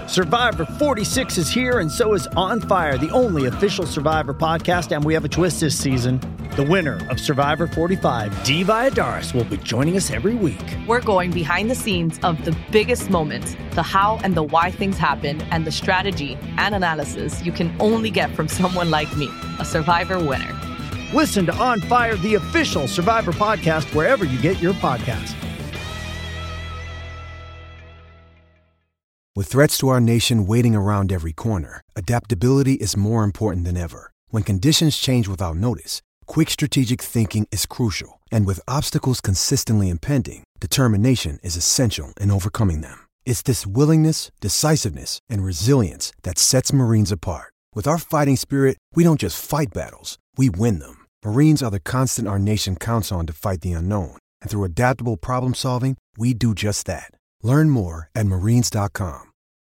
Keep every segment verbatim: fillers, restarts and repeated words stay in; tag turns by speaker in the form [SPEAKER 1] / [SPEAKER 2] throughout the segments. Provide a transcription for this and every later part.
[SPEAKER 1] Survivor forty-six is here, and so is On Fire, the only official Survivor podcast, and we have a twist this season. The winner of Survivor forty-five, Dee Valladares, will be joining us every week.
[SPEAKER 2] We're going behind the scenes of the biggest moments, the how and the why things happen, and the strategy and analysis you can only get from someone like me, a Survivor winner.
[SPEAKER 1] Listen to On Fire, the official Survivor podcast, wherever you get your podcasts.
[SPEAKER 3] With threats to our nation waiting around every corner, adaptability is more important than ever. When conditions change without notice, quick strategic thinking is crucial. And with obstacles consistently impending, determination is essential in overcoming them. It's this willingness, decisiveness, and resilience that sets Marines apart. With our fighting spirit, we don't just fight battles, we win them. Marines are the constant our nation counts on to fight the unknown. And through adaptable problem solving, we do just that. Learn more at marines dot com.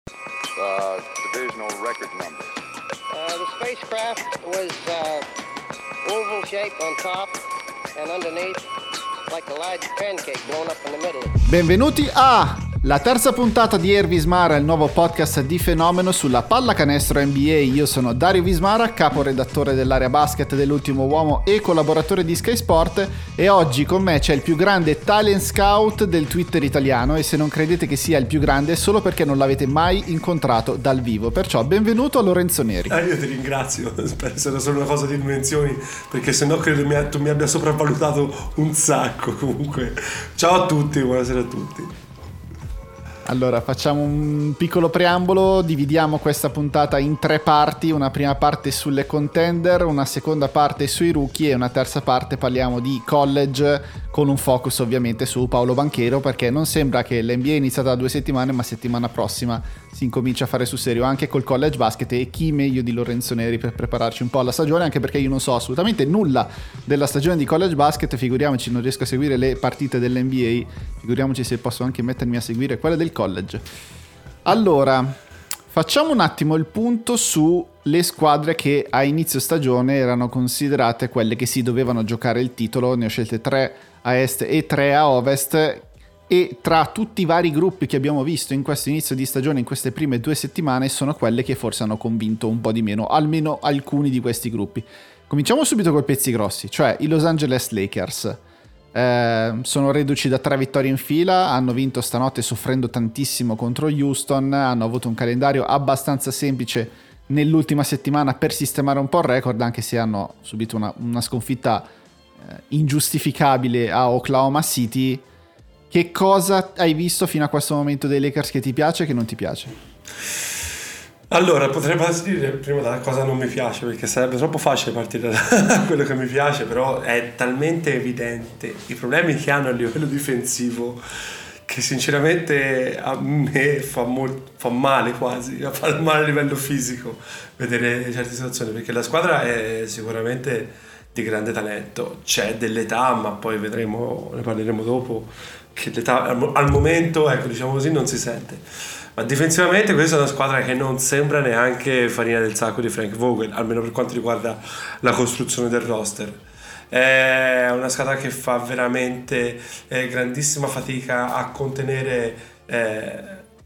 [SPEAKER 4] Uh, divisional record number.
[SPEAKER 5] Uh, the spacecraft was uh, oval shaped on top and underneath like a large pancake blown up in the middle.
[SPEAKER 6] Benvenuti a la terza puntata di Air Vismara, il nuovo podcast di Fenomeno sulla pallacanestro N B A. Io sono Dario Vismara, caporedattore dell'area basket dell'Ultimo Uomo e collaboratore di Sky Sport, e oggi con me c'è il più grande talent scout del Twitter italiano, e se non credete che sia il più grande è solo perché non l'avete mai incontrato dal vivo. Perciò benvenuto a Lorenzo Neri.
[SPEAKER 7] Ah, io ti ringrazio, spero sia solo una cosa di dimensioni, perché sennò credo mi, tu mi abbia sopravvalutato un sacco. Comunque ciao a tutti, buonasera a tutti.
[SPEAKER 6] Allora, facciamo un piccolo preambolo, dividiamo questa puntata in tre parti: una prima parte sulle contender, una seconda parte sui rookie e una terza parte parliamo di college, con un focus ovviamente su Paolo Banchero, perché non sembra che l'N B A è iniziata da due settimane, ma settimana prossima si incomincia a fare sul serio anche col college basket, e chi meglio di Lorenzo Neri per prepararci un po' alla stagione, anche perché io non so assolutamente nulla della stagione di college basket, figuriamoci, non riesco a seguire le partite dell'N B A, figuriamoci se posso anche mettermi a seguire quelle del college. Allora, facciamo un attimo il punto sulle squadre che a inizio stagione erano considerate quelle che si dovevano giocare il titolo. Ne ho scelte tre a est e tre a ovest, e tra tutti i vari gruppi che abbiamo visto in questo inizio di stagione, in queste prime due settimane, sono quelle che forse hanno convinto un po' di meno, almeno alcuni di questi gruppi. Cominciamo subito col pezzi grossi, cioè i Los Angeles Lakers. Eh, sono reduci da tre vittorie in fila, hanno vinto stanotte soffrendo tantissimo contro Houston, hanno avuto un calendario abbastanza semplice nell'ultima settimana per sistemare un po' il record, anche se hanno subito una, una sconfitta eh, ingiustificabile a Oklahoma City. Che cosa hai visto fino a questo momento dei Lakers che ti piace e che non ti piace?
[SPEAKER 7] Allora, potrei partire prima da cosa non mi piace, perché sarebbe troppo facile partire da quello che mi piace, però è talmente evidente i problemi che hanno a livello difensivo che sinceramente a me fa, molto, fa male quasi, fa male a livello fisico vedere certe situazioni, perché la squadra è sicuramente di grande talento, c'è dell'età, ma poi vedremo, ne parleremo dopo, che l'età al momento, ecco, diciamo così, non si sente. Ma difensivamente questa è una squadra che non sembra neanche farina del sacco di Frank Vogel, almeno per quanto riguarda la costruzione del roster. È una squadra che fa veramente eh, grandissima fatica a contenere eh,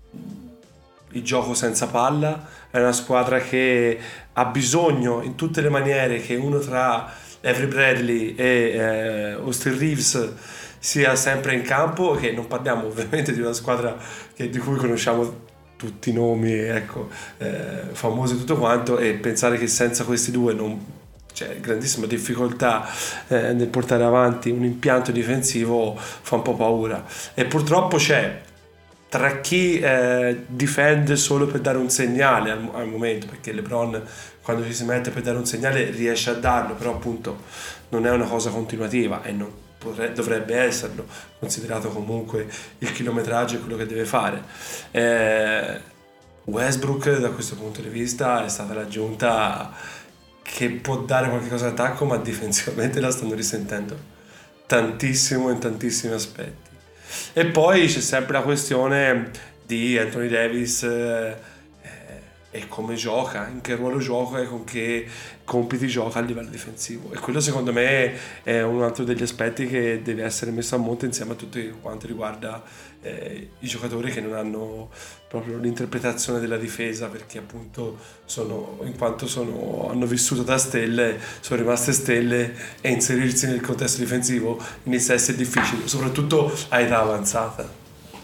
[SPEAKER 7] il gioco senza palla. È una squadra che ha bisogno in tutte le maniere che uno tra Avery Bradley e eh, Austin Reeves sia sempre in campo, che non parliamo ovviamente di una squadra che, di cui conosciamo tutti i nomi, ecco, eh, famosi e tutto quanto, e pensare che senza questi due non c'è grandissima difficoltà eh, nel portare avanti un impianto difensivo fa un po' paura. E purtroppo c'è tra chi eh, difende solo per dare un segnale al, al momento, perché LeBron quando ci si mette per dare un segnale riesce a darlo, però appunto non è una cosa continuativa e non potrebbe, dovrebbe esserlo, considerato comunque il chilometraggio e quello che deve fare. eh, Westbrook da questo punto di vista è stata l'aggiunta che può dare qualche cosa d'attacco, ma difensivamente la stanno risentendo tantissimo in tantissimi aspetti. E poi c'è sempre la questione di Anthony Davis eh, e come gioca, in che ruolo gioca e con che compiti gioca a livello difensivo, e quello secondo me è un altro degli aspetti che deve essere messo a monte insieme a tutto quanto riguarda eh, i giocatori che non hanno proprio l'interpretazione della difesa, perché appunto sono, in quanto sono, hanno vissuto da stelle, sono rimaste stelle, e inserirsi nel contesto difensivo inizia a essere difficile, soprattutto a età avanzata.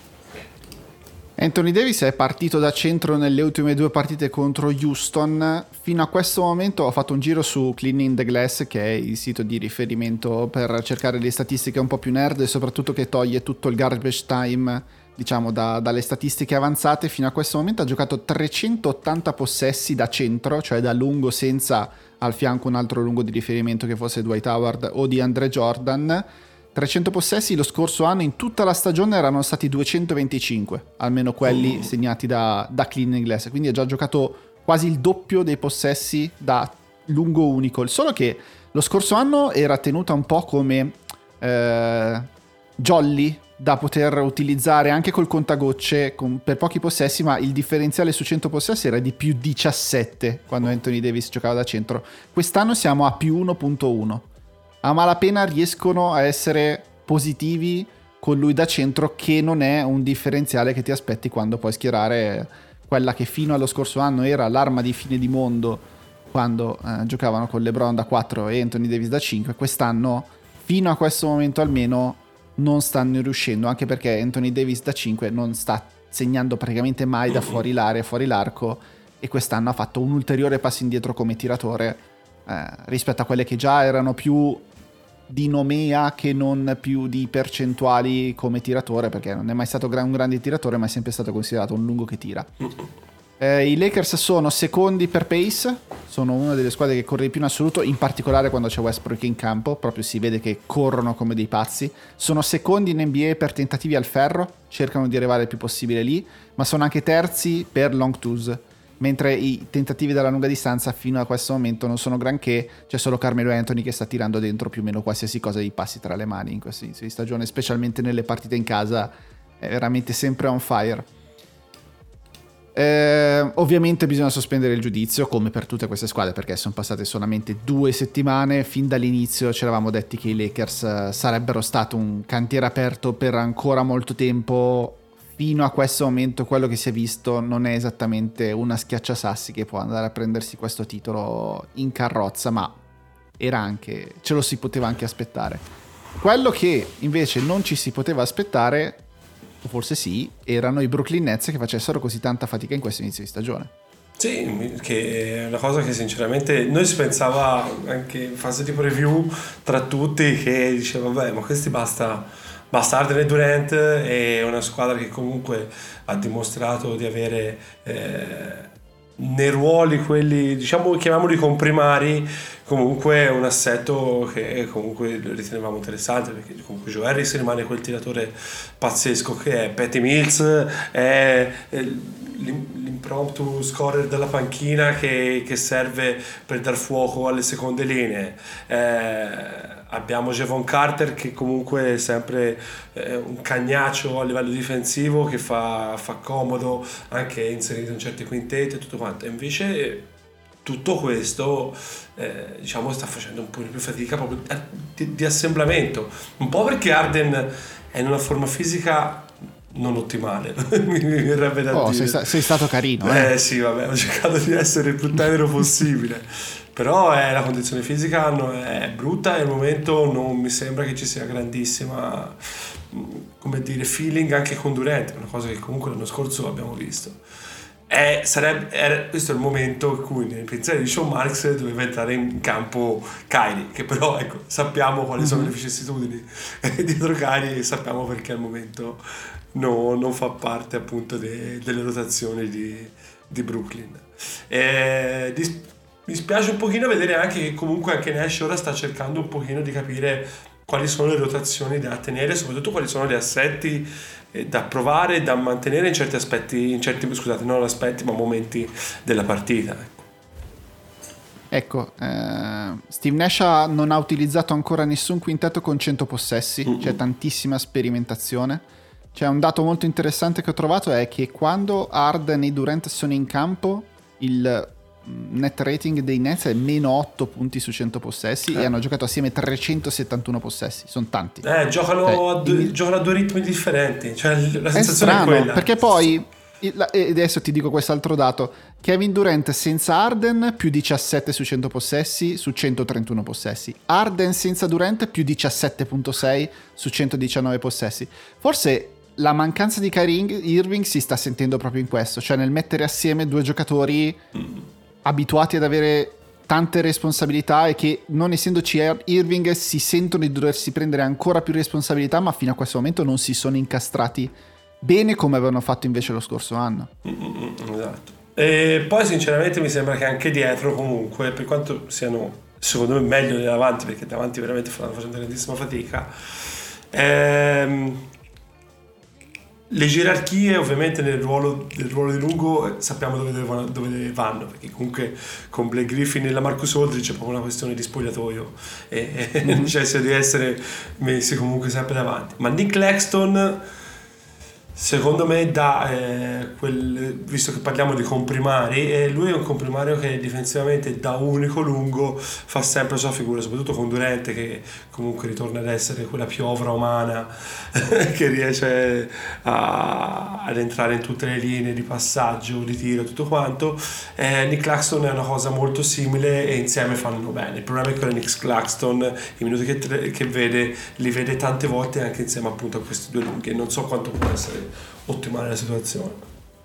[SPEAKER 6] Anthony Davis è partito da centro nelle ultime due partite contro Houston. Fino a questo momento ho fatto un giro su Cleaning the Glass, che è il sito di riferimento per cercare le statistiche un po' più nerd e soprattutto che toglie tutto il garbage time, diciamo, da, dalle statistiche avanzate. Fino a questo momento ha giocato trecentottanta possessi da centro, cioè da lungo, senza al fianco un altro lungo di riferimento che fosse Dwight Howard o di Andre Jordan. trecento possessi. Lo scorso anno in tutta la stagione erano stati duecentoventicinque, almeno quelli oh. segnati da, da Cleaning Glass, quindi ha già giocato quasi il doppio dei possessi da lungo unico. Solo che lo scorso anno era tenuta un po' come eh, jolly da poter utilizzare anche col contagocce con, per pochi possessi, ma il differenziale su cento possessi era di più diciassette quando Anthony Davis giocava da centro. Quest'anno siamo a più uno virgola uno. A malapena riescono a essere positivi con lui da centro, che non è un differenziale che ti aspetti quando puoi schierare quella che fino allo scorso anno era l'arma di fine di mondo quando eh, giocavano con LeBron da quattro e Anthony Davis da cinque. Quest'anno, fino a questo momento almeno, non stanno riuscendo, anche perché Anthony Davis da cinque non sta segnando praticamente mai da fuori l'area, fuori l'arco, e quest'anno ha fatto un ulteriore passo indietro come tiratore eh, rispetto a quelle che già erano più di nomea che non più di percentuali come tiratore, perché non è mai stato un grande tiratore, ma è sempre stato considerato un lungo che tira. Eh, i Lakers sono secondi per pace, sono una delle squadre che corre di più in assoluto, in particolare quando c'è Westbrook in campo, proprio si vede che corrono come dei pazzi. Sono secondi in N B A per tentativi al ferro, cercano di arrivare il più possibile lì, ma sono anche terzi per long twos, mentre i tentativi dalla lunga distanza fino a questo momento non sono granché. C'è solo Carmelo Anthony che sta tirando dentro più o meno qualsiasi cosa gli passi tra le mani in questo inizio di stagione, specialmente nelle partite in casa, è veramente sempre on fire. Eh, ovviamente bisogna sospendere il giudizio, come per tutte queste squadre, perché sono passate solamente due settimane. Fin dall'inizio ci eravamo detti che i Lakers sarebbero stato un cantiere aperto per ancora molto tempo. Fino a questo momento quello che si è visto non è esattamente una schiacciasassi che può andare a prendersi questo titolo in carrozza, ma era anche, ce lo si poteva anche aspettare. Quello che invece non ci si poteva aspettare, o forse sì, erano i Brooklyn Nets che facessero così tanta fatica in questo inizio di stagione.
[SPEAKER 7] Sì, che è una cosa che sinceramente noi si pensava anche in fase di preview tra tutti, che diceva vabbè, ma questi basta Basta Harden e Durant, è una squadra che comunque ha dimostrato di avere eh, nei ruoli quelli, diciamo, chiamiamoli comprimari, comunque un assetto che comunque ritenevamo interessante, perché comunque Joe Harris rimane quel tiratore pazzesco che è, Patty Mills è, è l'impromptu scorer dalla panchina che, che serve per dar fuoco alle seconde linee. Eh, abbiamo Javon Carter che comunque è sempre eh, un cagnaccio a livello difensivo, che fa, fa comodo anche inserito in certi quintetti e tutto quanto. E invece tutto questo eh, diciamo sta facendo un po' più fatica proprio di, di assemblamento, un po' perché Harden è in una forma fisica non ottimale, mi verrebbe da
[SPEAKER 6] oh,
[SPEAKER 7] dire.
[SPEAKER 6] Sei, sta- sei stato carino, eh?
[SPEAKER 7] Eh sì, vabbè, ho cercato di essere il più tenero possibile, però è, la condizione fisica no, è brutta, e al momento non mi sembra che ci sia grandissima, come dire, feeling anche con Durant, una cosa che comunque l'anno scorso abbiamo visto. È, sarebbe, è, questo è il momento in cui nel pensiero di Sean Marks doveva entrare in campo Kyrie, che però ecco, sappiamo quali sono mm-hmm. le vicissitudini dietro Kyrie, e sappiamo perché al momento no, non fa parte appunto de, delle rotazioni di, di Brooklyn. E, dis, mi spiace un pochino vedere anche che comunque anche Nash ora sta cercando un pochino di capire quali sono le rotazioni da tenere, soprattutto quali sono gli assetti da provare e da mantenere in certi aspetti, in certi, scusate, non aspetti ma momenti della partita.
[SPEAKER 6] Ecco, eh, Steve Nash non ha utilizzato ancora nessun quintetto con cento possessi, mm-hmm. c'è tantissima sperimentazione. C'è un dato molto interessante che ho trovato, è che quando Harden e Durant sono in campo, il net rating dei Nets è meno otto punti su cento possessi eh. e hanno giocato assieme trecentosettantuno possessi, sono tanti.
[SPEAKER 7] Eh, giocano,
[SPEAKER 6] cioè,
[SPEAKER 7] a due,
[SPEAKER 6] il...
[SPEAKER 7] giocano a due ritmi differenti, cioè la
[SPEAKER 6] è
[SPEAKER 7] sensazione
[SPEAKER 6] strano,
[SPEAKER 7] è quella.
[SPEAKER 6] Perché poi, e adesso ti dico quest'altro dato, Kevin Durant senza Harden più diciassette su cento possessi su centotrentuno possessi, Harden senza Durant più diciassette virgola sei su centodiciannove possessi. Forse la mancanza di Kyrie Irving si sta sentendo proprio in questo, cioè nel mettere assieme due giocatori mm. abituati ad avere tante responsabilità e che, non essendoci Irving, si sentono di doversi prendere ancora più responsabilità, ma fino a questo momento non si sono incastrati bene come avevano fatto invece lo scorso anno.
[SPEAKER 7] Mm-hmm, esatto. E poi sinceramente mi sembra che anche dietro, comunque, per quanto siano secondo me meglio di davanti, perché davanti veramente stanno facendo grandissima fatica, ehm, le gerarchie ovviamente nel ruolo, nel ruolo di lungo sappiamo dove, devono, dove vanno, perché comunque con Blake Griffin e la Marcus Aldridge c'è proprio una questione di spogliatoio e mm-hmm. necessita di essere messi comunque sempre davanti. Ma Nick Claxton secondo me dà eh, quel, visto che parliamo di comprimari, eh, lui è un comprimario che difensivamente da unico lungo fa sempre la sua figura, soprattutto con Durant che comunque ritorna ad essere quella piovra umana che riesce a, ad entrare in tutte le linee di passaggio, di tiro, tutto quanto. eh, Nick Claxton è una cosa molto simile e insieme fanno bene. Il problema è che Nick Claxton i minuti che, che vede li vede tante volte anche insieme appunto a questi due lunghi e non so quanto può essere ottimale la situazione.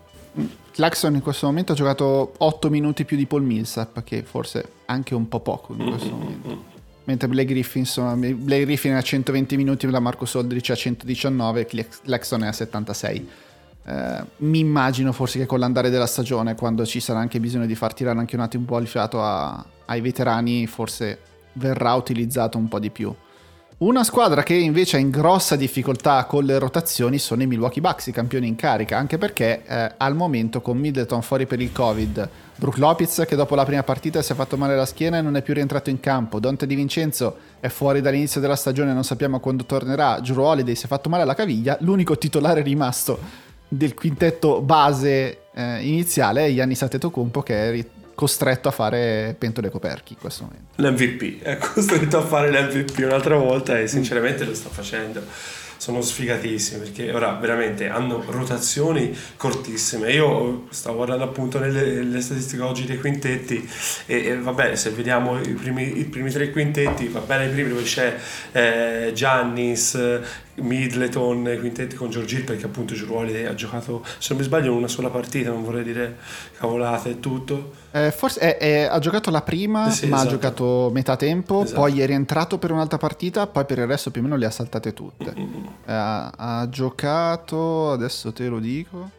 [SPEAKER 6] Claxton in questo momento ha giocato otto minuti più di Paul Millsap, che forse anche un po' poco in questo mm-hmm. momento, mentre Blake Griffin, insomma, Blake Griffin è a centoventi minuti, la Marcus Aldridge a centodiciannove, Claxton è a settantasei. Eh, mi immagino forse che con l'andare della stagione, quando ci sarà anche bisogno di far tirare anche un attimo un po' il fiato a, ai veterani, forse verrà utilizzato un po' di più. Una squadra che invece è in grossa difficoltà con le rotazioni sono i Milwaukee Bucks, i campioni in carica, anche perché eh, al momento con Middleton fuori per il Covid, Brook Lopez che dopo la prima partita si è fatto male alla schiena e non è più rientrato in campo, Dante Di Vincenzo è fuori dall'inizio della stagione, non sappiamo quando tornerà, Jrue Holiday si è fatto male alla caviglia, l'unico titolare rimasto del quintetto base eh, iniziale è Giannis Antetokounmpo, che è costretto a fare pentole coperchi in questo momento.
[SPEAKER 7] L'M V P, è costretto a fare l'M V P un'altra volta e sinceramente lo sta facendo. Sono sfigatissimi perché ora veramente hanno rotazioni cortissime. Io stavo guardando appunto nelle, nelle statistiche oggi dei quintetti e, e vabbè, se vediamo i primi, i primi tre quintetti, va bene i primi dove c'è eh, Giannis, Middleton, i quintetti con George Hill, perché appunto Jrue Holiday ha giocato, se non mi sbaglio, una sola partita, non vorrei dire cavolate e tutto.
[SPEAKER 6] Eh, forse è, è, ha giocato la prima,
[SPEAKER 7] sì,
[SPEAKER 6] ma
[SPEAKER 7] esatto.
[SPEAKER 6] ha giocato metà tempo,
[SPEAKER 7] esatto.
[SPEAKER 6] Poi è rientrato per un'altra partita, poi per il resto più o meno le ha saltate tutte. Mm-hmm. Eh, ha giocato, adesso te lo dico,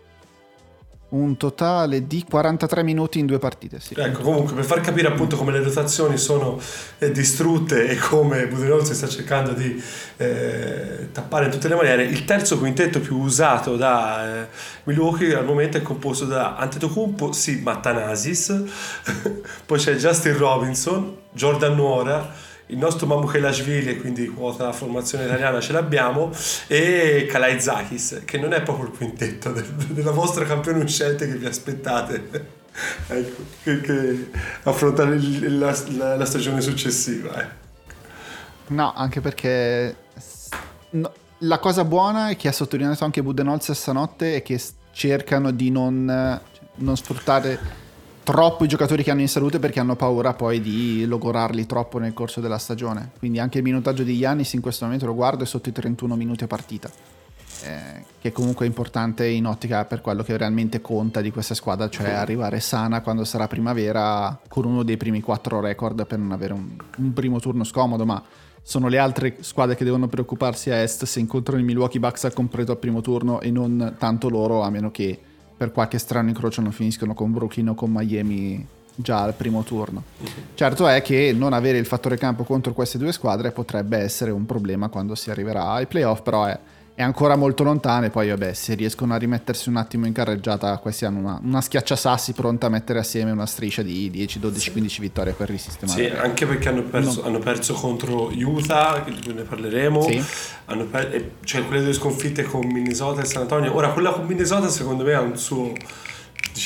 [SPEAKER 6] un totale di quarantatré minuti in due partite. Sì.
[SPEAKER 7] Ecco, comunque per far capire appunto come le rotazioni sono eh, distrutte e come Budenholzer sta cercando di eh, tappare in tutte le maniere, il terzo quintetto più usato da eh, Milwaukee al momento è composto da Antetokounmpo, sì, ma Thanasis poi c'è Justin Robinson, Jordan Nwora, il nostro Mamukhelashvili, quindi quota la formazione italiana ce l'abbiamo, e Kalaitzakis, che non è proprio il quintetto del, della vostra campione uscente che vi aspettate ecco, che, che affrontare il, la, la, la stagione successiva. Eh.
[SPEAKER 6] No, anche perché no, la cosa buona è che ha sottolineato anche Budenholzer stanotte è che cercano di non, non sfruttare troppo i giocatori che hanno in salute, perché hanno paura poi di logorarli troppo nel corso della stagione. Quindi anche il minutaggio di Giannis in questo momento, lo guardo, è sotto i trentuno minuti a partita, eh, che comunque è importante in ottica per quello che realmente conta di questa squadra, cioè arrivare sana quando sarà primavera con uno dei primi quattro record per non avere un, un primo turno scomodo. Ma sono le altre squadre che devono preoccuparsi a est se incontrano i Milwaukee Bucks al completo al primo turno e non tanto loro, a meno che per qualche strano incrocio non finiscono con Brooklyn o con Miami già al primo turno. Certo è che non avere il fattore campo contro queste due squadre potrebbe essere un problema quando si arriverà ai playoff, però è, è ancora molto lontano e poi vabbè, se riescono a rimettersi un attimo in carreggiata, questi hanno una, una schiacciasassi pronta a mettere assieme una striscia di dieci, dodici, quindici vittorie per risistemare.
[SPEAKER 7] Sì, anche perché hanno perso, no. hanno perso contro Utah, di cui ne parleremo, sì. hanno per, cioè quelle due sconfitte con Minnesota e San Antonio. Ora quella con Minnesota secondo me ha un suo,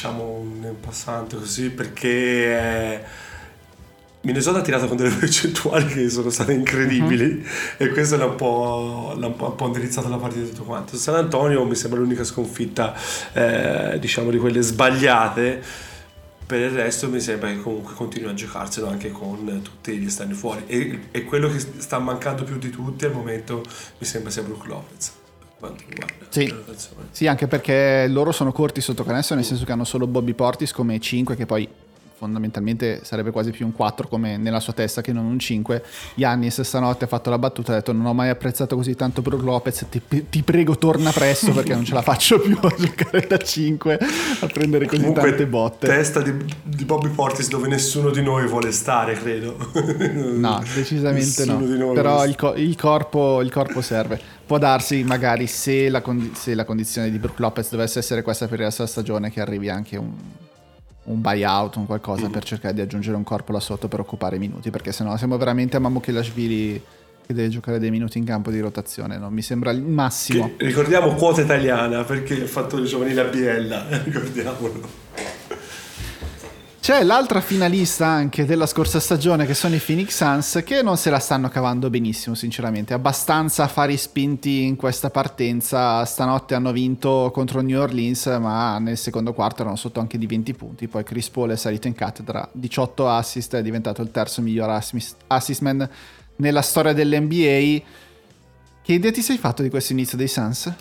[SPEAKER 7] diciamo un passante così, perché eh, Minnesota ha tirato con delle percentuali che sono state incredibili, uh-huh. e questo l'ha un po', l'ha un po', un po' indirizzato la partita tutto quanto. San Antonio mi sembra l'unica sconfitta eh, diciamo di quelle sbagliate. Per il resto mi sembra che comunque continui a giocarselo anche con tutti gli esterni fuori, e, e quello che sta mancando più di tutti al momento mi sembra sia Brook Lopez.
[SPEAKER 6] Sì. Sì, anche perché loro sono corti sotto canestro, nel senso che hanno solo Bobby Portis come cinque, che poi fondamentalmente sarebbe quasi più un quattro come nella sua testa che non un cinque. Giannis stanotte ha fatto la battuta, ha detto: non ho mai apprezzato così tanto Brook Lopez, ti, ti prego torna presto perché non ce la faccio più a giocare da cinque, a prendere così
[SPEAKER 7] comunque,
[SPEAKER 6] tante botte.
[SPEAKER 7] Testa di, di Bobby Portis dove nessuno di noi vuole stare, credo.
[SPEAKER 6] No, decisamente no, però il, co- il, corpo, il corpo serve. Può darsi magari se la, condi- se la condizione di Brook Lopez dovesse essere questa per la sua stagione, che arrivi anche un un buyout, un qualcosa, mm. per cercare di aggiungere un corpo là sotto per occupare minuti, perché sennò siamo veramente a Mamukhelashvili che deve giocare dei minuti in campo di rotazione, non mi sembra il massimo.
[SPEAKER 7] Che, ricordiamo quota italiana, perché il fattore giovanile a Biella, ricordiamolo.
[SPEAKER 6] C'è l'altra finalista anche della scorsa stagione, che sono i Phoenix Suns, che non se la stanno cavando benissimo sinceramente, abbastanza affari spinti in questa partenza. Stanotte hanno vinto contro New Orleans, ma nel secondo quarto erano sotto anche di venti punti, poi Chris Paul è salito in cattedra, diciotto assist, è diventato il terzo miglior assist, assist man nella storia dell'N B A. Che idea ti sei fatto di questo inizio dei Suns?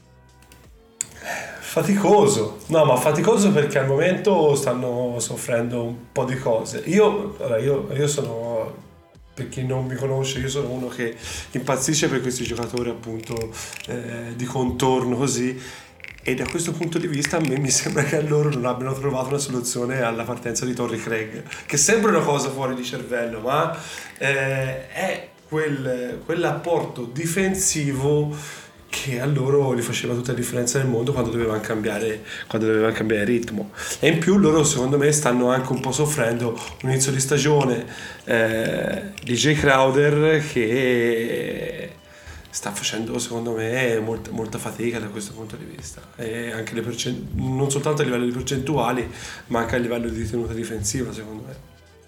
[SPEAKER 7] Faticoso, no, ma faticoso perché al momento stanno soffrendo un po' di cose. Io, allora, io, io sono, per chi non mi conosce, io sono uno che impazzisce per questi giocatori appunto eh, di contorno così, e da questo punto di vista a me mi sembra che a loro non abbiano trovato una soluzione alla partenza di Torrey Craig, che sembra una cosa fuori di cervello, ma eh, è quel, quell'apporto difensivo che a loro gli faceva tutta la differenza del mondo quando dovevano cambiare, quando dovevano cambiare ritmo. E in più loro secondo me stanno anche un po' soffrendo un inizio di stagione eh, di Jay Crowder che sta facendo secondo me molta, molta fatica da questo punto di vista, e anche le percent- non soltanto a livello di percentuali ma anche a livello di tenuta difensiva secondo me.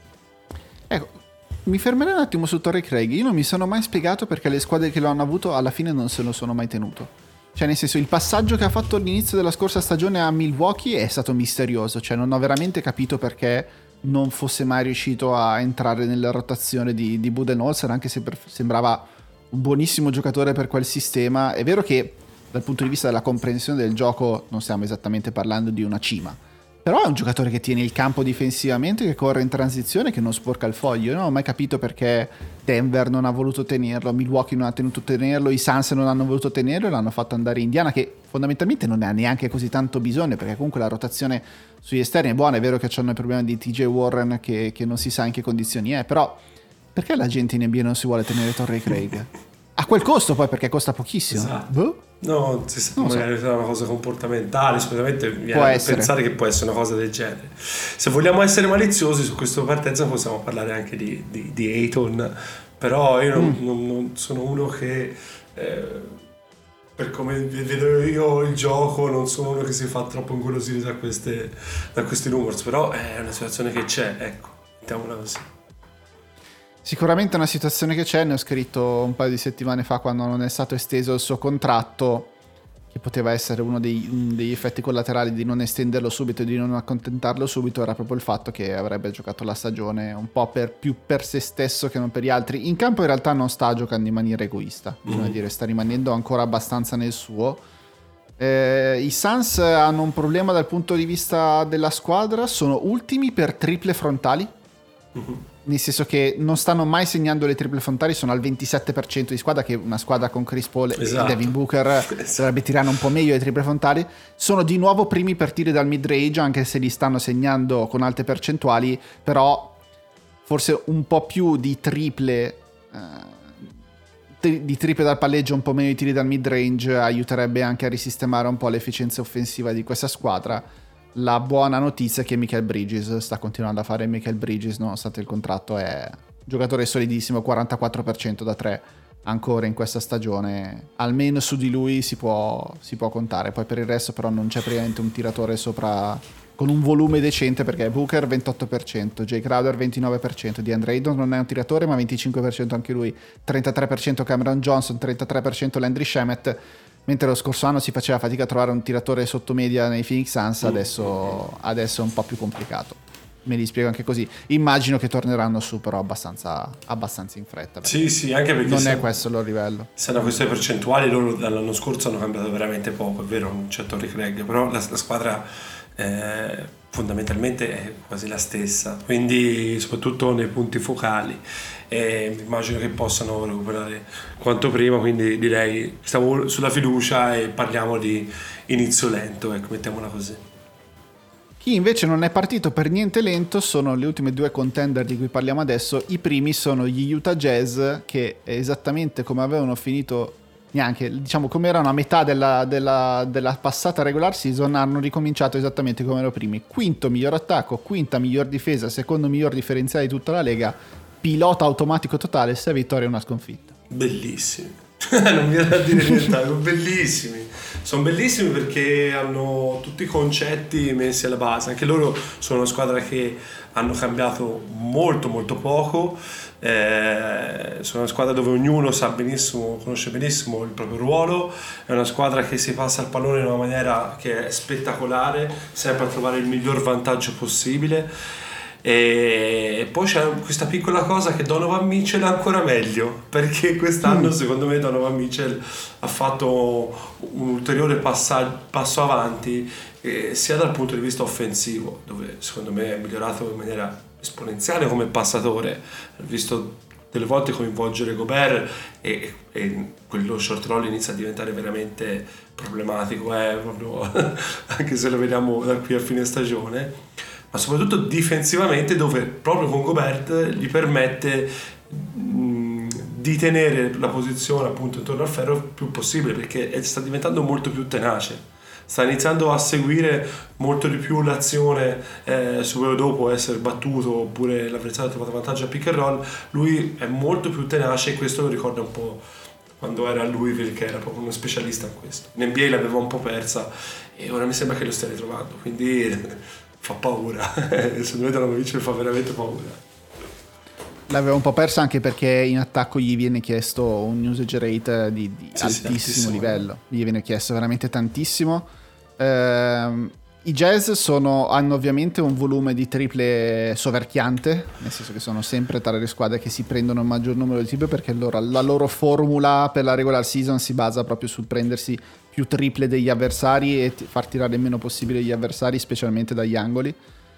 [SPEAKER 6] Ecco, mi fermerei un attimo su Torrey Craig. Io non mi sono mai spiegato perché le squadre che lo hanno avuto alla fine non se lo sono mai tenuto. Cioè, nel senso, il passaggio che ha fatto all'inizio della scorsa stagione a Milwaukee è stato misterioso. Cioè, non ho veramente capito perché non fosse mai riuscito a entrare nella rotazione di, di Budenholzer, anche se per, sembrava un buonissimo giocatore per quel sistema. È vero che dal punto di vista della comprensione del gioco non stiamo esattamente parlando di una cima, però è un giocatore che tiene il campo difensivamente, che corre in transizione, che non sporca il foglio. Io non ho mai capito perché Denver non ha voluto tenerlo, Milwaukee non ha tenuto tenerlo, i Suns non hanno voluto tenerlo e l'hanno fatto andare in Indiana, che fondamentalmente non ne ha neanche così tanto bisogno, perché comunque la rotazione sugli esterni è buona. È vero che c'hanno il problema di T J Warren che, che non si sa in che condizioni è, però perché la gente in N B A non si vuole tenere Torrey Craig? A quel costo poi, perché costa pochissimo.
[SPEAKER 7] Esatto.
[SPEAKER 6] Boh.
[SPEAKER 7] No, si sa,
[SPEAKER 6] non
[SPEAKER 7] magari
[SPEAKER 6] so.
[SPEAKER 7] È una cosa comportamentale, sicuramente viene
[SPEAKER 6] Può
[SPEAKER 7] a
[SPEAKER 6] essere.
[SPEAKER 7] pensare che può essere una cosa del genere. Se vogliamo essere maliziosi su questa partenza possiamo parlare anche di, di, di Ayton, però io non, mm. non, non sono uno che eh, per come vedo io il gioco non sono uno che si fa troppo ingolosire da, queste, da questi rumors, però è una situazione che c'è, ecco, mettiamola così.
[SPEAKER 6] Sicuramente è una situazione che c'è. Ne ho scritto un paio di settimane fa, quando non è stato esteso il suo contratto, che poteva essere uno dei, un degli effetti collaterali di non estenderlo subito e di non accontentarlo subito, era proprio il fatto che avrebbe giocato la stagione un po' per, più per se stesso che non per gli altri. In campo in realtà non sta giocando in maniera egoista, bisogna mm. dire, sta rimanendo ancora abbastanza nel suo. Eh, i Suns hanno un problema dal punto di vista della squadra, sono ultimi per triple frontali. Mm-hmm. Nel senso che non stanno mai segnando le triple frontali, sono al ventisette per cento di squadra, che una squadra con Chris Paul esatto. e Devin Booker esatto. dovrebbe tirare un po' meglio le triple frontali. Sono di nuovo primi per tiri dal mid range, anche se li stanno segnando con alte percentuali, però forse un po' più di triple eh, di triple dal palleggio, un po' meno di tiri dal mid range, aiuterebbe anche a risistemare un po' l'efficienza offensiva di questa squadra. La buona notizia è che Michael Bridges sta continuando a fare Michael Bridges, nonostante il contratto, è un giocatore solidissimo, quarantaquattro per cento da tre ancora in questa stagione. Almeno su di lui si può, si può contare. Poi per il resto però non c'è praticamente un tiratore sopra con un volume decente, perché Booker ventotto per cento, Jay Crowder ventinove per cento, DeAndre Ayton non è un tiratore ma venticinque per cento anche lui, trentatré per cento Cameron Johnson, trentatré per cento Landry Shamet, mentre lo scorso anno si faceva fatica a trovare un tiratore sotto media nei Phoenix Suns, adesso, adesso è un po' più complicato. Me li spiego anche così. Immagino che torneranno su, però abbastanza, abbastanza in fretta.
[SPEAKER 7] Sì, sì, anche perché
[SPEAKER 6] non
[SPEAKER 7] se,
[SPEAKER 6] è questo il loro livello.
[SPEAKER 7] Se è una questione percentuali, loro dall'anno scorso hanno cambiato veramente poco, è vero, non c'è Torrey Craig, però la, la squadra eh, fondamentalmente è quasi la stessa, quindi soprattutto nei punti focali. E immagino che possano recuperare quanto prima, quindi direi stiamo sulla fiducia e parliamo di inizio lento, ecco, mettiamola così.
[SPEAKER 6] Chi invece non è partito per niente lento sono le ultime due contender di cui parliamo adesso. I primi sono gli Utah Jazz, che esattamente come avevano finito, neanche, diciamo come erano a metà della, della, della passata regular season, hanno ricominciato esattamente come erano primi. Quinto miglior attacco, quinta miglior difesa, secondo miglior differenziale di tutta la lega, pilota automatico totale, sei vittorie e una sconfitta.
[SPEAKER 7] Bellissimi. Non mi viene da dire nient'altro, bellissimi. Sono bellissimi perché hanno tutti i concetti messi alla base. Anche loro sono una squadra che hanno cambiato molto molto poco. Eh, sono una squadra dove ognuno sa benissimo, conosce benissimo il proprio ruolo. È una squadra che si passa il pallone in una maniera che è spettacolare, sempre a trovare il miglior vantaggio possibile. E poi c'è questa piccola cosa che Donovan Mitchell è ancora meglio, perché quest'anno mm. secondo me Donovan Mitchell ha fatto un ulteriore passa- passo avanti eh, sia dal punto di vista offensivo, dove secondo me è migliorato in maniera esponenziale come passatore. Ho visto delle volte coinvolgere Gobert e, e quello short roll inizia a diventare veramente problematico, eh, proprio, anche se lo vediamo da qui a fine stagione. Ma soprattutto difensivamente, dove proprio con Gobert gli permette mh, di tenere la posizione appunto intorno al ferro il più possibile, perché sta diventando molto più tenace, sta iniziando a seguire molto di più l'azione eh, subito dopo essere battuto oppure l'avversario ha trovato vantaggio a pick and roll. Lui è molto più tenace e questo lo ricorda un po' quando era a Louisville, che era proprio uno specialista in questo. In N B A l'aveva un po' persa e ora mi sembra che lo stia ritrovando, quindi fa paura. Secondo me Donovan Mitchell fa veramente paura.
[SPEAKER 6] L'aveva un po' persa anche perché in attacco gli viene chiesto un usage rate di, di
[SPEAKER 7] sì,
[SPEAKER 6] altissimo,
[SPEAKER 7] sì, altissimo
[SPEAKER 6] livello, gli viene chiesto veramente tantissimo. Ehm, i Jazz sono, hanno ovviamente un volume di triple soverchiante, nel senso che sono sempre tra le squadre che si prendono il maggior numero di triple, perché loro, la loro formula per la regular season si basa proprio sul prendersi più triple degli avversari e t- far tirare il meno possibile gli avversari, specialmente dagli angoli.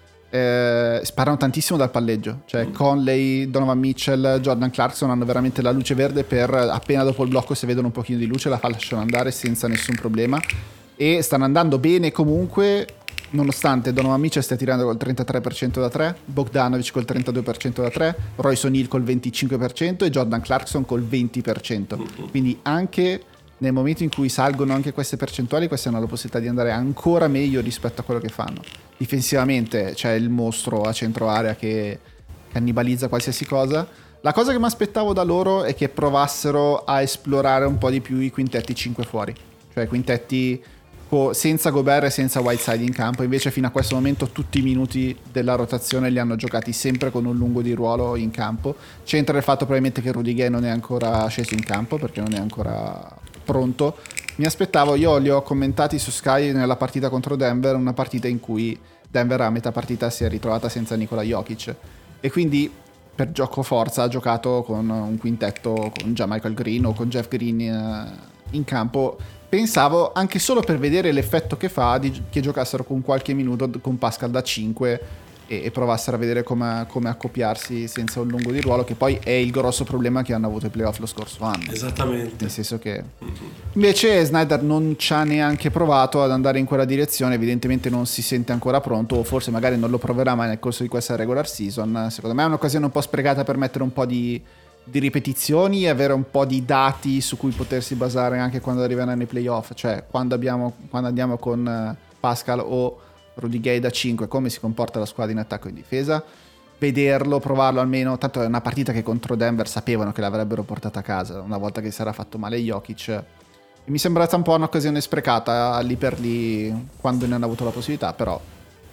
[SPEAKER 6] Eh, sparano tantissimo dal palleggio, cioè Conley, Donovan Mitchell, Jordan Clarkson hanno veramente la luce verde per appena dopo il blocco, se vedono un pochino di luce la lasciano andare senza nessun problema, e stanno andando bene comunque, nonostante Donovan Mitchell stia tirando col trentatré per cento da tre, Bogdanovic col trentadue per cento da tre, Royce O'Neal col venticinque per cento e Jordan Clarkson col venti per cento. Quindi anche nel momento in cui salgono anche queste percentuali, queste hanno la possibilità di andare ancora meglio rispetto a quello che fanno. Difensivamente c'è il mostro a centro area che cannibalizza qualsiasi cosa. La cosa che mi aspettavo da loro è che provassero a esplorare un po' di più i quintetti cinque fuori, cioè quintetti senza Gobert e senza Whiteside in campo. Invece fino a questo momento tutti i minuti della rotazione li hanno giocati sempre con un lungo di ruolo in campo. C'entra il fatto probabilmente che Rudy Gay non è ancora sceso in campo perché non è ancora pronto. Mi aspettavo, io li ho commentati su Sky nella partita contro Denver, una partita in cui Denver a metà partita si è ritrovata senza Nikola Jokic e quindi per gioco forza ha giocato con un quintetto con già Michael Green o con Jeff Green in campo. Pensavo anche solo per vedere l'effetto che fa di, che giocassero con qualche minuto con Pascal da cinque e, e provassero a vedere come, come accoppiarsi senza un lungo di ruolo, che poi è il grosso problema che hanno avuto i playoff lo scorso anno.
[SPEAKER 7] Esattamente.
[SPEAKER 6] Nel senso che invece Snyder non ci ha neanche provato ad andare in quella direzione, evidentemente non si sente ancora pronto, o forse magari non lo proverà mai nel corso di questa regular season. Secondo me è un'occasione un po' sprecata per mettere un po' di di ripetizioni e avere un po' di dati su cui potersi basare anche quando arrivano nei playoff, cioè quando, abbiamo, quando andiamo con Pascal o Rudy Gay da cinque, come si comporta la squadra in attacco e in difesa, vederlo, provarlo almeno, tanto è una partita che contro Denver sapevano che l'avrebbero portata a casa una volta che si era fatto male Jokic, e mi è sembrata un po' un'occasione sprecata lì per lì quando ne hanno avuto la possibilità, però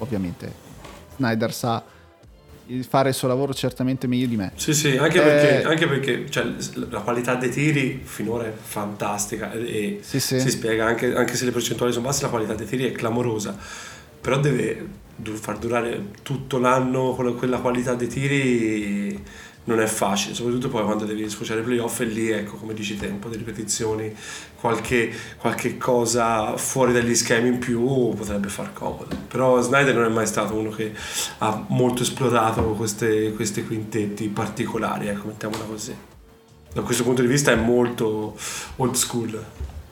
[SPEAKER 6] ovviamente Snyder sa fare il suo lavoro certamente meglio di me.
[SPEAKER 7] Sì, sì, anche perché, eh, anche perché cioè, la qualità dei tiri finora è fantastica e
[SPEAKER 6] sì, sì.
[SPEAKER 7] si spiega anche, anche se le percentuali sono basse, la qualità dei tiri è clamorosa, però deve far durare tutto l'anno con quella qualità dei tiri non è facile, soprattutto poi quando devi sfociare i playoff e lì, ecco, come dici te, un po' di ripetizioni, qualche, qualche cosa fuori dagli schemi in più potrebbe far comodo. Però Snyder non è mai stato uno che ha molto esplorato queste, questi quintetti particolari, ecco, mettiamola così. Da questo punto di vista è molto old school.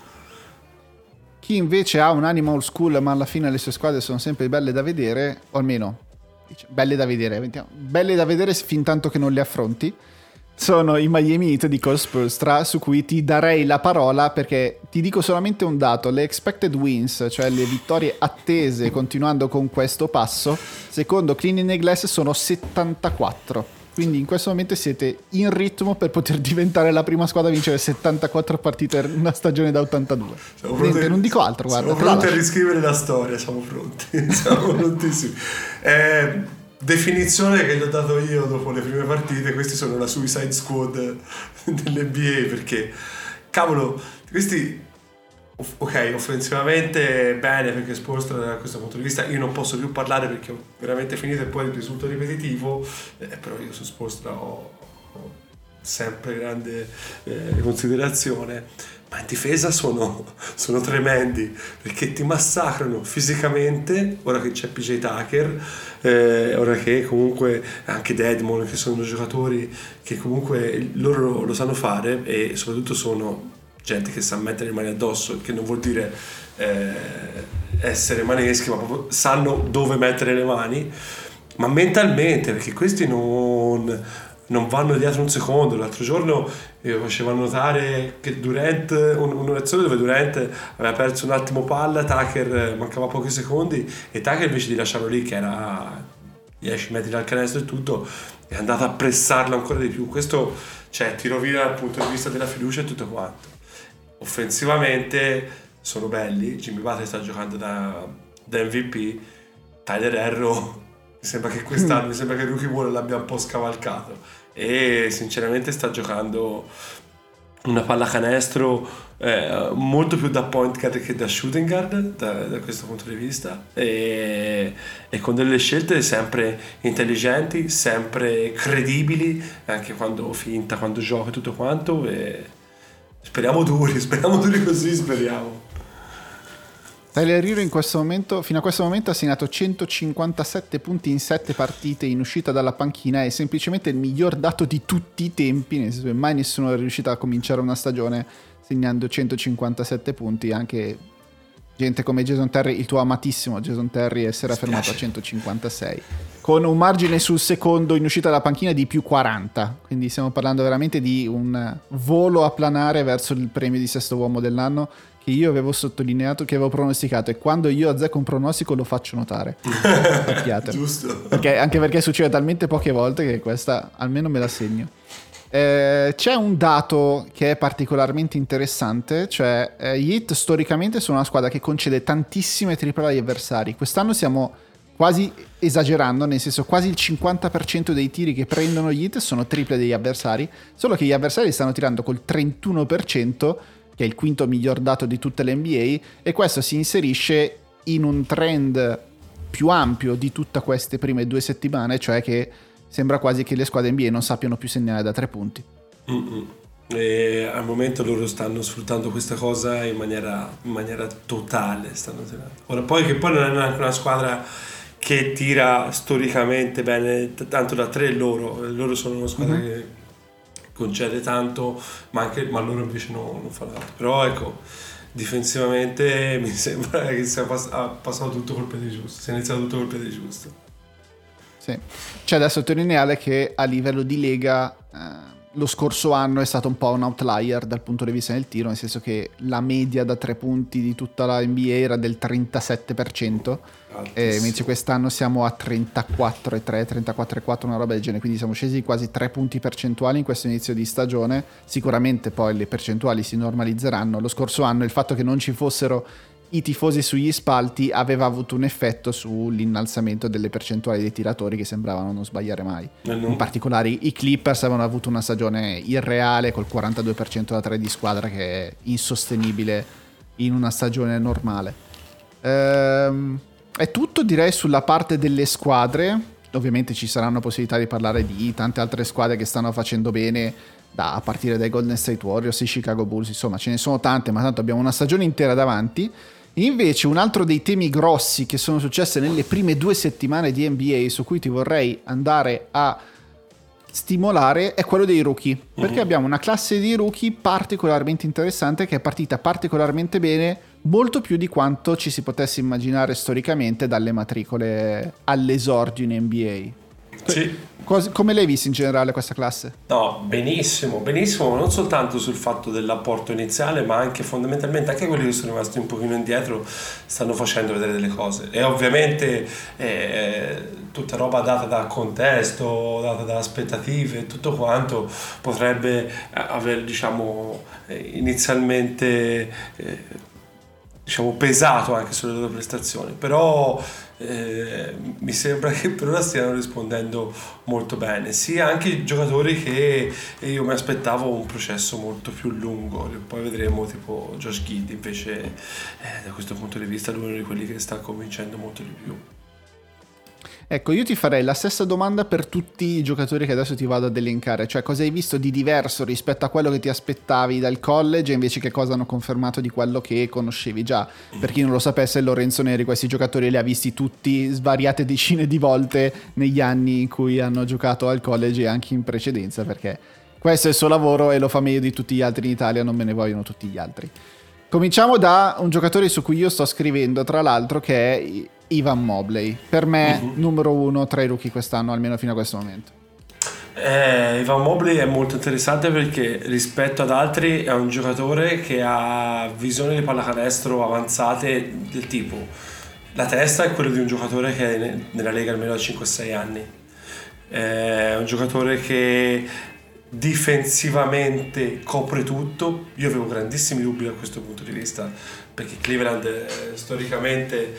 [SPEAKER 6] Chi invece ha un'anima old school ma alla fine le sue squadre sono sempre belle da vedere, o almeno belle da vedere, belle da vedere fin tanto che non le affronti, sono i Miami Heat di Cole Spoelstra, su cui ti darei la parola perché ti dico solamente un dato: le expected wins, cioè le vittorie attese continuando con questo passo, secondo Cleaning and Glass sono settantaquattro, quindi in questo momento siete in ritmo per poter diventare la prima squadra a vincere settantaquattro partite in una stagione da ottantadue. Niente, non dico altro, guarda.
[SPEAKER 7] Siamo pronti a riscrivere la storia, siamo pronti, siamo prontissimi. Eh, definizione che gli ho dato io dopo le prime partite: questi sono la Suicide Squad dell'N B A, perché cavolo, questi ok, offensivamente bene, perché Spoelstra da questo punto di vista io non posso più parlare perché ho veramente finito e poi risulta ripetitivo, eh, però io su Spoelstra ho, ho sempre grande eh, considerazione, ma in difesa sono, sono tremendi perché ti massacrano fisicamente ora che c'è P J Tucker, eh, ora che comunque anche Dedmon, che sono giocatori che comunque loro lo sanno fare e soprattutto sono gente che sa mettere le mani addosso, che non vuol dire eh, essere maneschi, ma proprio sanno dove mettere le mani, ma mentalmente, perché questi non, non vanno dietro un secondo. L'altro giorno io facevo notare che Durant, un, un'azione dove Durant aveva perso un attimo palla, Tucker mancava pochi secondi e Tucker invece di lasciarlo lì che era dieci metri dal canestro e tutto, è andato a pressarlo ancora di più. Questo, cioè, ti rovina dal punto di vista della fiducia e tutto quanto. Offensivamente sono belli. Jimmy Butler sta giocando da, da M V P. Tyler Herro mi sembra che quest'anno mi sembra che Rookie Wall l'abbia un po' scavalcato e sinceramente sta giocando una pallacanestro eh, molto più da point guard che da shooting guard da, da questo punto di vista e, e con delle scelte sempre intelligenti, sempre credibili, anche quando finta, quando gioca e tutto quanto, e speriamo duri, speriamo duri così, speriamo.
[SPEAKER 6] Tyler Herro in questo momento, fino a questo momento ha segnato centocinquantasette punti in sette partite in uscita dalla panchina, è semplicemente il miglior dato di tutti i tempi, nel senso che mai nessuno è riuscito a cominciare una stagione segnando centocinquantasette punti. Anche gente come Jason Terry, il tuo amatissimo Jason Terry, essere fermato a centocinquantasei con un margine sul secondo in uscita dalla panchina di più quaranta, quindi stiamo parlando veramente di un volo a planare verso il premio di sesto uomo dell'anno che io avevo sottolineato, che avevo pronosticato, e quando io azzecco un pronostico lo faccio notare.
[SPEAKER 7] Giusto.
[SPEAKER 6] Perché, anche perché succede talmente poche volte che questa almeno me la segno. Eh, c'è un dato che è particolarmente interessante, cioè eh, gli Heat storicamente sono una squadra che concede tantissime triple agli avversari. Quest'anno stiamo quasi esagerando, nel senso quasi il cinquanta per cento dei tiri che prendono gli Heat sono triple degli avversari, solo che gli avversari stanno tirando col trentuno per cento, che è il quinto miglior dato di tutte le N B A, e questo si inserisce in un trend più ampio di tutte queste prime due settimane, cioè che sembra quasi che le squadre N B A non sappiano più segnare da tre punti.
[SPEAKER 7] Mm-mm. E al momento loro stanno sfruttando questa cosa in maniera, in maniera totale, stanno tirando. Ora poi che poi non è neanche una squadra che tira storicamente bene tanto da tre, loro loro sono una squadra mm-hmm. che concede tanto, ma anche ma loro invece no, non fanno altro. Però ecco, difensivamente mi sembra che sia pass- ha passato tutto col piede giusto, si è iniziato tutto col piede giusto.
[SPEAKER 6] Sì. C'è da sottolineare che a livello di lega eh, lo scorso anno è stato un po' un outlier dal punto di vista del tiro, nel senso che la media da tre punti di tutta la N B A era del trentasette per cento, e invece quest'anno siamo a trentaquattro virgola tre, trentaquattro virgola quattro, una roba del genere, quindi siamo scesi di quasi tre punti percentuali in questo inizio di stagione. Sicuramente poi le percentuali si normalizzeranno. Lo scorso anno il fatto che non ci fossero i tifosi sugli spalti aveva avuto un effetto sull'innalzamento delle percentuali dei tiratori che sembravano non sbagliare mai. Mm-hmm. In particolare i Clippers avevano avuto una stagione irreale col quarantadue per cento da tre di squadra, che è insostenibile in una stagione normale. Ehm, è tutto, direi, sulla parte delle squadre. Ovviamente ci saranno possibilità di parlare di tante altre squadre che stanno facendo bene, da, a partire dai Golden State Warriors, i Chicago Bulls, insomma ce ne sono tante, ma tanto abbiamo una stagione intera davanti. Invece un altro dei temi grossi che sono successe nelle prime due settimane di N B A, su cui ti vorrei andare a stimolare, è quello dei rookie, perché uh-huh. abbiamo una classe di rookie particolarmente interessante, che è partita particolarmente bene, molto più di quanto ci si potesse immaginare storicamente dalle matricole all'esordio in N B A.
[SPEAKER 7] Sì.
[SPEAKER 6] Cos- come l'hai vista in generale questa classe?
[SPEAKER 7] No, benissimo, benissimo, non soltanto sul fatto dell'apporto iniziale, ma anche fondamentalmente anche quelli che sono rimasti un pochino indietro stanno facendo vedere delle cose. E ovviamente eh, tutta roba data dal contesto, data dalle aspettative, tutto quanto potrebbe aver, diciamo, inizialmente eh, diciamo pesato anche sulle loro prestazioni, però eh, mi sembra che per ora stiano rispondendo molto bene, sia anche i giocatori che io mi aspettavo un processo molto più lungo. Poi vedremo, tipo Josh Giddey, invece eh, da questo punto di vista è uno di quelli che sta convincendo molto di più.
[SPEAKER 6] Ecco, io ti farei la stessa domanda per tutti i giocatori che adesso ti vado ad elencare, cioè cosa hai visto di diverso rispetto a quello che ti aspettavi dal college, e invece che cosa hanno confermato di quello che conoscevi già. Per chi non lo sapesse, Lorenzo Neri questi giocatori li ha visti tutti svariate decine di volte negli anni in cui hanno giocato al college e anche in precedenza, perché questo è il suo lavoro e lo fa meglio di tutti gli altri in Italia, non me ne vogliono tutti gli altri. Cominciamo da un giocatore su cui io sto scrivendo, tra l'altro, che è Evan Mobley. Per me uh-huh. numero uno tra i rookie quest'anno, almeno fino a questo momento.
[SPEAKER 7] eh, Evan Mobley è molto interessante perché rispetto ad altri è un giocatore che ha visioni di pallacanestro avanzate, del tipo la testa è quella di un giocatore che è nella Lega almeno da cinque sei anni, è un giocatore che difensivamente copre tutto. Io avevo grandissimi dubbi da questo punto di vista, perché Cleveland eh, storicamente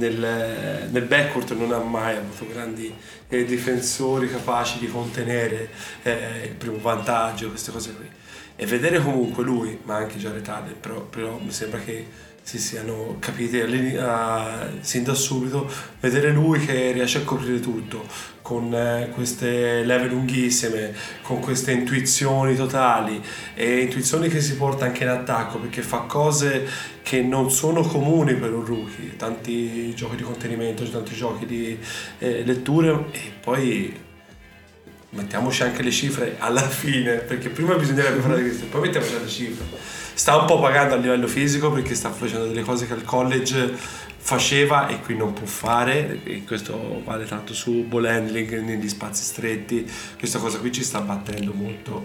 [SPEAKER 7] nel, nel backcourt non ha mai avuto grandi eh, difensori capaci di contenere eh, il primo vantaggio, queste cose qui. E vedere comunque lui, ma anche Jared Allen, però, però mi sembra che si siano capiti uh, sin da subito, vedere lui che riesce a coprire tutto con eh, queste leve lunghissime, con queste intuizioni totali, e intuizioni che si porta anche in attacco, perché fa cose che non sono comuni per un rookie, tanti giochi di contenimento, tanti giochi di eh, letture. E poi mettiamoci anche le cifre alla fine, perché prima bisognerebbe parlare di questo, poi mettiamoci le cifre. Sta un po' pagando a livello fisico, perché sta facendo delle cose che al college faceva e qui non può fare, e questo vale tanto su ball handling negli spazi stretti. Questa cosa qui ci sta battendo molto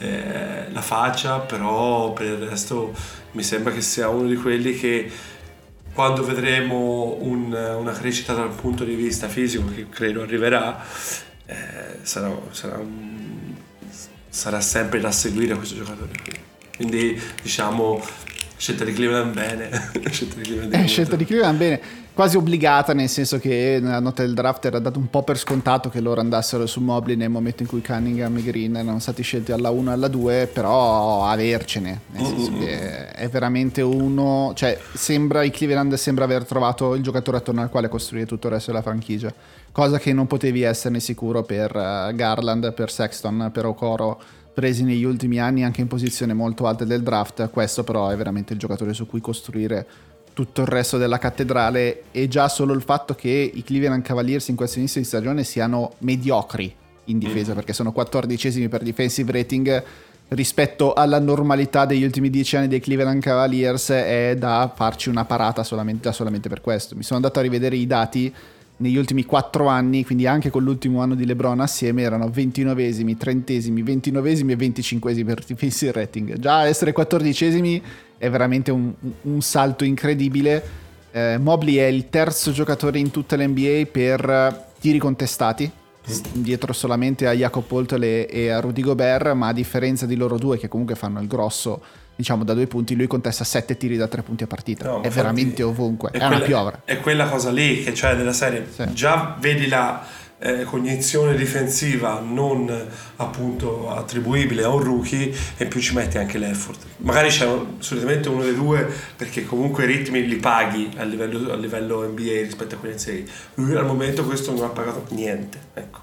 [SPEAKER 7] eh, la faccia, però per il resto mi sembra che sia uno di quelli che, quando vedremo un, una crescita dal punto di vista fisico, che credo arriverà, eh, sarà, sarà, un, sarà sempre da seguire questo giocatore qui. Quindi diciamo scelta di Cleveland bene. scelta di Cleveland,
[SPEAKER 6] eh, scelta di Cleveland bene, quasi obbligata, nel senso che nella nota del draft era dato un po' per scontato che loro andassero su Mobley nel momento in cui Cunningham e Green erano stati scelti alla uno e alla due, però avercene, nel senso mm-hmm. che è veramente uno, cioè sembra, il Cleveland sembra aver trovato il giocatore attorno al quale costruire tutto il resto della franchigia, cosa che non potevi esserne sicuro per Garland, per Sexton, per Okoro, presi negli ultimi anni anche in posizione molto alte del draft. Questo però è veramente il giocatore su cui costruire tutto il resto della cattedrale, e già solo il fatto che i Cleveland Cavaliers in questo inizio di stagione siano mediocri in difesa, perché sono quattordicesimi per defensive rating rispetto alla normalità degli ultimi dieci anni dei Cleveland Cavaliers, è da farci una parata solamente, già solamente per questo. Mi sono andato a rivedere i dati negli ultimi quattro anni, quindi anche con l'ultimo anno di LeBron assieme, erano ventinovesimi, trentesimi, ventinovesimi e venticinquesimi per defensive rating. Già essere quattordicesimi è veramente un, un salto incredibile. eh, Mobley è il terzo giocatore in tutta l'N B A per tiri contestati, dietro solamente a Jakob Poeltl e a Rudy Gobert, ma a differenza di loro due, che comunque fanno il grosso diciamo da due punti, lui contesta sette tiri da tre punti a partita.
[SPEAKER 7] No,
[SPEAKER 6] è
[SPEAKER 7] infatti,
[SPEAKER 6] veramente ovunque, è,
[SPEAKER 7] è
[SPEAKER 6] una
[SPEAKER 7] quella,
[SPEAKER 6] piovra.
[SPEAKER 7] È quella cosa lì che c'è della serie,
[SPEAKER 6] sì.
[SPEAKER 7] Già vedi la eh, cognizione difensiva non appunto attribuibile a un rookie, e in più ci metti anche l'effort. Magari c'è un, solitamente uno dei due, perché comunque i ritmi li paghi a livello, a livello N B A rispetto a quelli in sei. Lui al momento questo non ha pagato niente, ecco.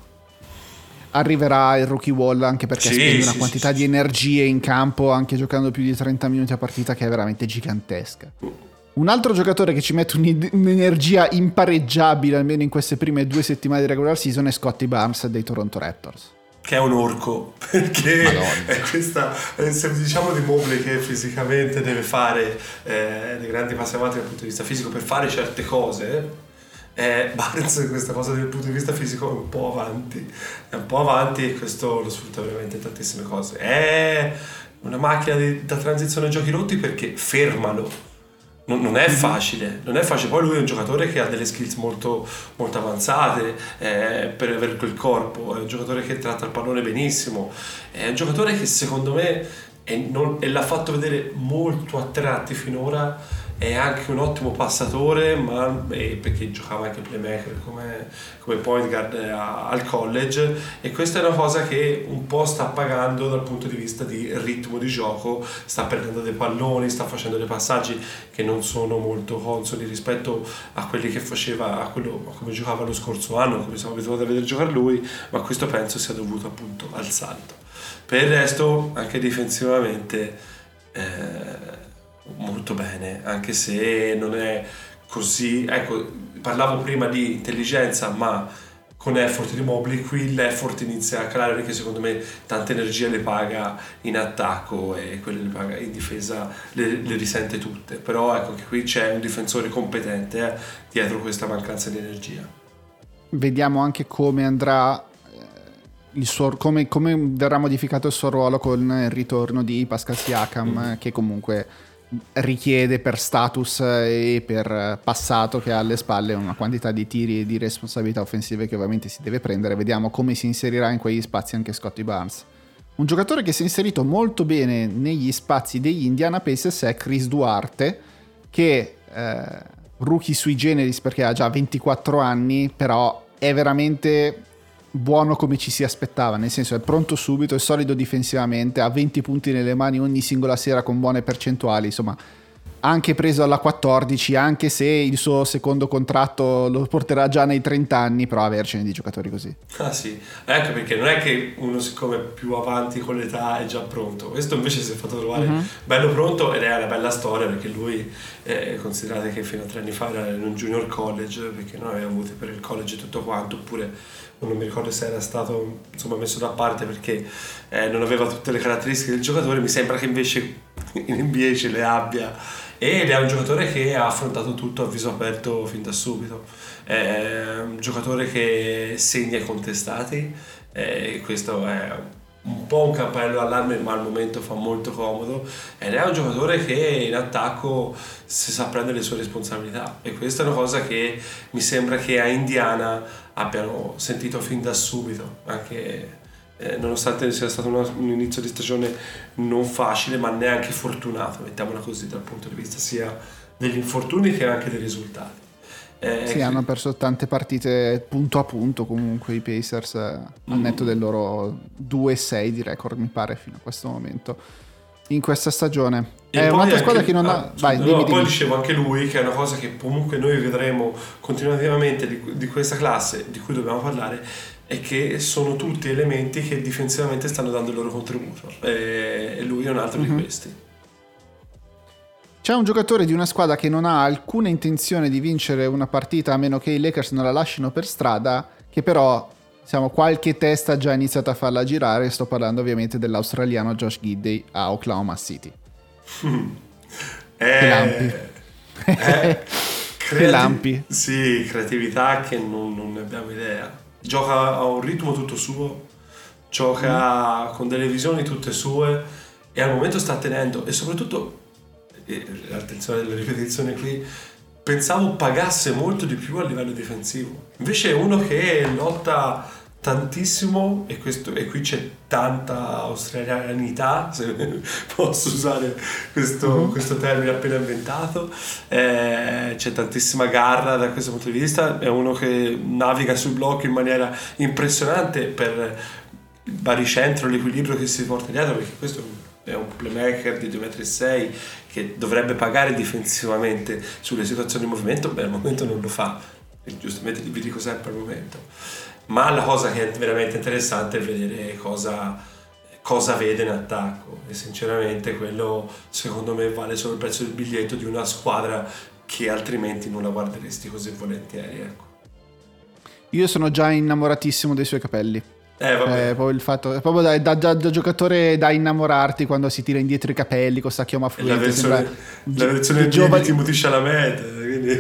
[SPEAKER 6] Arriverà il rookie wall, anche perché
[SPEAKER 7] sì,
[SPEAKER 6] spende una
[SPEAKER 7] sì,
[SPEAKER 6] quantità
[SPEAKER 7] sì,
[SPEAKER 6] di
[SPEAKER 7] sì.
[SPEAKER 6] energie in campo, anche giocando più di trenta minuti a partita, che è veramente gigantesca. Un altro giocatore che ci mette un'energia impareggiabile, almeno in queste prime due settimane di regular season, è Scottie Barnes dei Toronto Raptors.
[SPEAKER 7] Che è un orco, perché
[SPEAKER 6] Madonna.
[SPEAKER 7] è questa, se diciamo di Mobley che fisicamente deve fare eh, dei grandi passi avanti dal punto di vista fisico per fare certe cose, eh, Barnes questa cosa dal punto di vista fisico è un po' avanti, è un po' avanti e questo lo sfrutta veramente in tantissime cose. È una macchina di, da transizione giochi rotti, perché fermalo. Non, non è facile, non è facile. Poi lui è un giocatore che ha delle skills molto, molto avanzate eh, per avere quel corpo, è un giocatore che tratta il pallone benissimo, è un giocatore che secondo me è non, e l'ha fatto vedere molto a tratti finora. È anche un ottimo passatore, ma eh, perché giocava anche playmaker come, come point guard eh, al college, e questa è una cosa che un po' sta pagando dal punto di vista di ritmo di gioco. Sta perdendo dei palloni, sta facendo dei passaggi che non sono molto consoni rispetto a quelli che faceva, a quello a come giocava lo scorso anno, come siamo abituati a vedere giocare lui, ma questo penso sia dovuto appunto al salto. Per il resto anche difensivamente eh, molto bene, anche se non è così, ecco, parlavo prima di intelligenza, ma con effort di Mobley qui l'effort inizia a calare, perché secondo me tante energie le paga in attacco e quelle le paga in difesa, le, le risente tutte. Però ecco che qui c'è un difensore competente eh, dietro questa mancanza di energia.
[SPEAKER 6] Vediamo anche come andrà il suo, come, come verrà modificato il suo ruolo con il ritorno di Pascal Siakam, mm. che comunque richiede per status e per passato che ha alle spalle una quantità di tiri e di responsabilità offensive che ovviamente si deve prendere. Vediamo come si inserirà in quegli spazi anche Scottie Barnes. Un giocatore che si è inserito molto bene negli spazi degli Indiana Pacers è Chris Duarte, che eh, rookie sui generis perché ha già ventiquattro anni, però è veramente buono come ci si aspettava, nel senso è pronto subito, è solido difensivamente, ha venti punti nelle mani ogni singola sera con buone percentuali, insomma anche preso alla quattordici, anche se il suo secondo contratto lo porterà già nei trenta anni, però avercene di giocatori così.
[SPEAKER 7] Ah sì, ecco perché non è che uno siccome è più avanti con l'età è già pronto, questo invece si è fatto trovare mm-hmm. bello pronto, ed è una bella storia perché lui eh, considerate che fino a tre anni fa era in un junior college, perché non aveva avuto per il college tutto quanto, oppure non mi ricordo se era stato insomma messo da parte perché eh, non aveva tutte le caratteristiche del giocatore. Mi sembra che invece in N B A ce le abbia, ed è un giocatore che ha affrontato tutto a viso aperto fin da subito, è un giocatore che segna i contestati, e questo è un po' un cappello d'allarme, ma al momento fa molto comodo, ed è un giocatore che in attacco si sa prendere le sue responsabilità, e questa è una cosa che mi sembra che a Indiana abbiano sentito fin da subito, anche eh, nonostante sia stato una, un inizio di stagione non facile, ma neanche fortunato, mettiamola così, dal punto di vista sia degli infortuni che anche dei risultati. Eh,
[SPEAKER 6] sì, hanno perso tante partite punto a punto comunque i Pacers, eh, mm. al netto del loro due sei di record mi pare fino a questo momento in questa stagione.
[SPEAKER 7] E
[SPEAKER 6] è un'altra
[SPEAKER 7] anche,
[SPEAKER 6] squadra che non
[SPEAKER 7] ah,
[SPEAKER 6] ha vai,
[SPEAKER 7] no,
[SPEAKER 6] dimmi,
[SPEAKER 7] poi
[SPEAKER 6] dimmi.
[SPEAKER 7] dicevo anche lui che è una cosa che comunque noi vedremo continuativamente di, di questa classe di cui dobbiamo parlare, è che sono tutti elementi che difensivamente stanno dando il loro contributo, e, e lui è un altro mm-hmm. di questi.
[SPEAKER 6] C'è un giocatore di una squadra che non ha alcuna intenzione di vincere una partita a meno che i Lakers non la lasciano per strada, che però diciamo qualche testa ha già iniziato a farla girare. Sto parlando ovviamente dell'australiano Josh Giddey a Oklahoma City.
[SPEAKER 7] eh,
[SPEAKER 6] che lampi
[SPEAKER 7] eh,
[SPEAKER 6] creati- che lampi
[SPEAKER 7] sì, creatività che non, non ne abbiamo idea. Gioca a un ritmo tutto suo, gioca mm. con delle visioni tutte sue, e al momento sta tenendo, e soprattutto e attenzione alle ripetizioni qui, pensavo pagasse molto di più a livello difensivo, invece è uno che lotta tantissimo, e, questo, e qui c'è tanta australianità, se posso usare questo, uh-huh. questo termine appena inventato, eh, c'è tantissima garra da questo punto di vista, è uno che naviga sui blocchi in maniera impressionante per il baricentro, l'equilibrio che si porta dietro, perché questo è un playmaker di due virgola sei metri che dovrebbe pagare difensivamente sulle situazioni di movimento, beh al momento non lo fa, e giustamente vi dico sempre al momento. Ma la cosa che è veramente interessante è vedere cosa, cosa vede in attacco, e sinceramente quello secondo me vale solo il prezzo del biglietto di una squadra che altrimenti non la guarderesti così volentieri, ecco.
[SPEAKER 6] Io sono già innamoratissimo dei suoi capelli.
[SPEAKER 7] Eh, vabbè.
[SPEAKER 6] È proprio il fatto, è proprio da, da, da, da giocatore da innamorarti, quando si tira indietro i capelli con sta chioma fluente.
[SPEAKER 7] La versione, la versione di
[SPEAKER 6] giovani...
[SPEAKER 7] Timothy Chalamet, quindi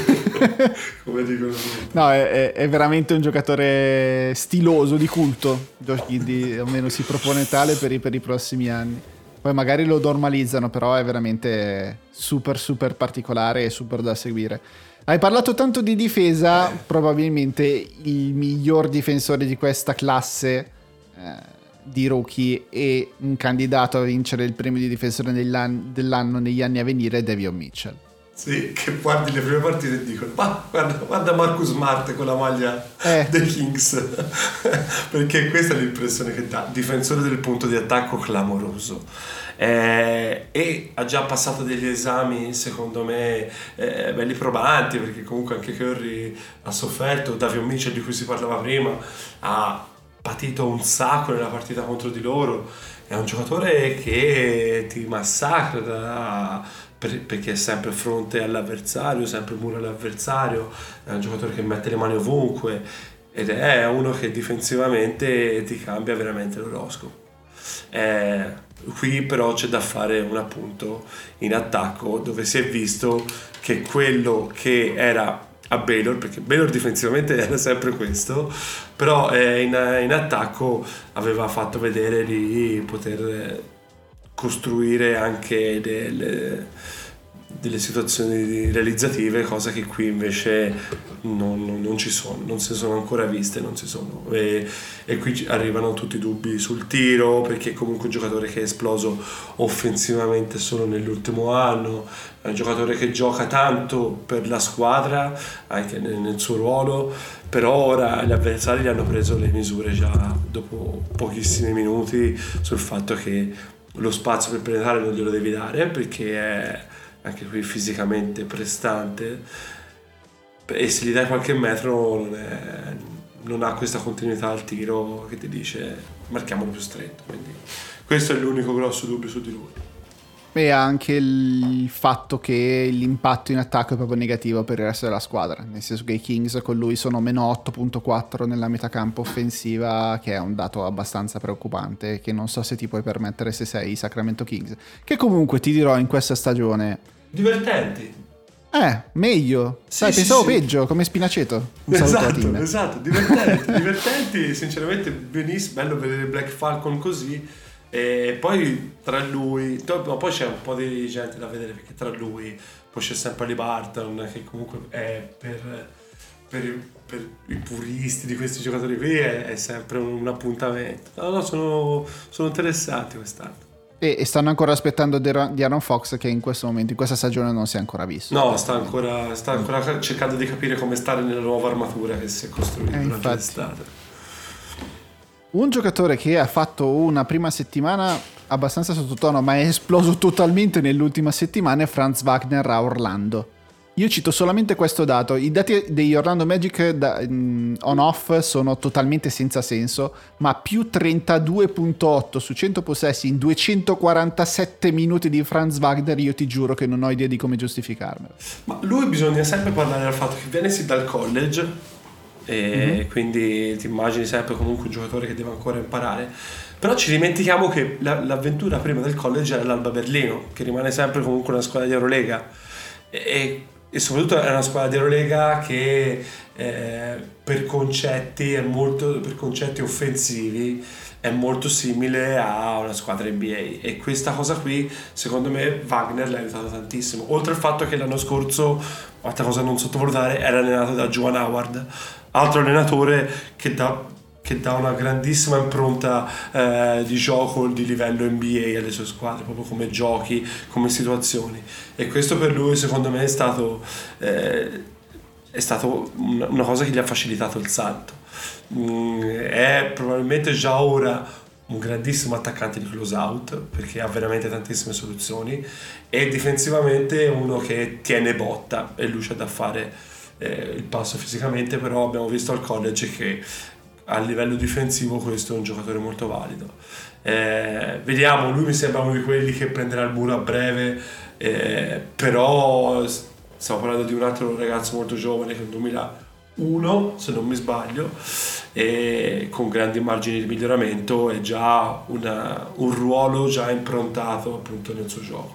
[SPEAKER 7] come dicono tutti.
[SPEAKER 6] No, è, è veramente un giocatore stiloso, di culto. Giochi di, almeno si propone tale per i, per i prossimi anni. Poi magari lo normalizzano, però è veramente super super particolare e super da seguire. Hai parlato tanto di difesa, probabilmente il miglior difensore di questa classe eh, di rookie e un candidato a vincere il premio di difensore dell'anno, dell'anno negli anni a venire è Davion Mitchell.
[SPEAKER 7] Sì, che guardi le prime partite e dicono ma guarda, guarda Marcus Smart con la maglia
[SPEAKER 6] eh.
[SPEAKER 7] dei Kings perché questa è l'impressione che dà, difensore del punto di attacco clamoroso, eh, e ha già passato degli esami secondo me eh, belli probanti, perché comunque anche Curry ha sofferto, Davion Mitchell di cui si parlava prima ha patito un sacco nella partita contro di loro, è un giocatore che ti massacra da perché è sempre fronte all'avversario, sempre muro all'avversario, è un giocatore che mette le mani ovunque ed è uno che difensivamente ti cambia veramente l'oroscopo. Eh, qui però c'è da fare un appunto in attacco, dove si è visto che quello che era a Baylor, perché Baylor difensivamente era sempre questo, però eh, in, in attacco aveva fatto vedere di poter costruire anche delle, delle situazioni realizzative, cosa che qui invece non, non, non ci sono, non si sono ancora viste, non si sono, e, e qui arrivano tutti i dubbi sul tiro, perché è comunque un giocatore che è esploso offensivamente solo nell'ultimo anno, è un giocatore che gioca tanto per la squadra anche nel, nel suo ruolo, però ora gli avversari gli hanno preso le misure già dopo pochissimi minuti sul fatto che lo spazio per penetrare non glielo devi dare, perché è anche qui fisicamente prestante, e se gli dai qualche metro non, è, non ha questa continuità al tiro che ti dice marchiamolo più stretto, quindi questo è l'unico grosso dubbio su di lui.
[SPEAKER 6] E anche il fatto che l'impatto in attacco è proprio negativo per il resto della squadra, nel senso che i Kings con lui sono meno otto virgola quattro nella metacampo offensiva, che è un dato abbastanza preoccupante, che non so se ti puoi permettere se sei i Sacramento Kings, che comunque ti dirò in questa stagione
[SPEAKER 7] divertenti,
[SPEAKER 6] eh meglio,
[SPEAKER 7] sì,
[SPEAKER 6] sai,
[SPEAKER 7] sì,
[SPEAKER 6] pensavo
[SPEAKER 7] sì.
[SPEAKER 6] peggio, come Spinaceto. Un saluto alla
[SPEAKER 7] esatto,
[SPEAKER 6] team.
[SPEAKER 7] esatto, divertenti divertenti sinceramente, benissimo, bello vedere Black Falcon così. E poi tra lui, no, poi c'è un po' di gente da vedere, perché tra lui poi c'è sempre Haliburton, che comunque è per, per, per i puristi di questi giocatori qui è, è sempre un appuntamento. No, no, sono, sono interessanti quest'anno.
[SPEAKER 6] E, e stanno ancora aspettando di Aaron Fox, che in questo momento, in questa stagione, non si è ancora visto.
[SPEAKER 7] No, sta ancora, sta ancora cercando di capire come stare nella nuova armatura che si è costruita
[SPEAKER 6] eh,
[SPEAKER 7] durante
[SPEAKER 6] infatti.
[SPEAKER 7] l'estate.
[SPEAKER 6] Un giocatore che ha fatto una prima settimana abbastanza sottotono, ma è esploso totalmente nell'ultima settimana, è Franz Wagner a Orlando. Io cito solamente questo dato: i dati degli Orlando Magic da, um, on-off sono totalmente senza senso, ma più trentadue virgola otto su cento possessi in duecentoquarantasette minuti di Franz Wagner, io ti giuro che non ho idea di come giustificarmelo.
[SPEAKER 7] Ma lui bisogna sempre parlare del fatto che viene sì dal college, e mm-hmm. quindi ti immagini sempre comunque un giocatore che deve ancora imparare, però ci dimentichiamo che la, l'avventura prima del college era l'Alba Berlino, che rimane sempre comunque una squadra di Eurolega, e, e soprattutto è una squadra di Eurolega che eh, per concetti è molto, per concetti offensivi è molto simile a una squadra N B A, e questa cosa qui secondo me Wagner l'ha aiutato tantissimo, oltre al fatto che l'anno scorso, altra cosa da non sottovalutare, era allenato da Juwan Howard, altro allenatore che, da, che dà una grandissima impronta eh, di gioco di livello N B A alle sue squadre, proprio come giochi, come situazioni, e questo per lui secondo me è stato eh, è stato una cosa che gli ha facilitato il salto. Mm, è probabilmente già ora un grandissimo attaccante di close out perché ha veramente tantissime soluzioni, e difensivamente uno che tiene botta, e lui c'è da fare eh, il passo fisicamente, però abbiamo visto al college che a livello difensivo questo è un giocatore molto valido. Eh, vediamo, lui mi sembra uno di quelli che prenderà il muro a breve, eh, però stiamo parlando di un altro ragazzo molto giovane che è il duemilauno, se non mi sbaglio, e con grandi margini di miglioramento, e già una, un ruolo già improntato appunto nel suo gioco.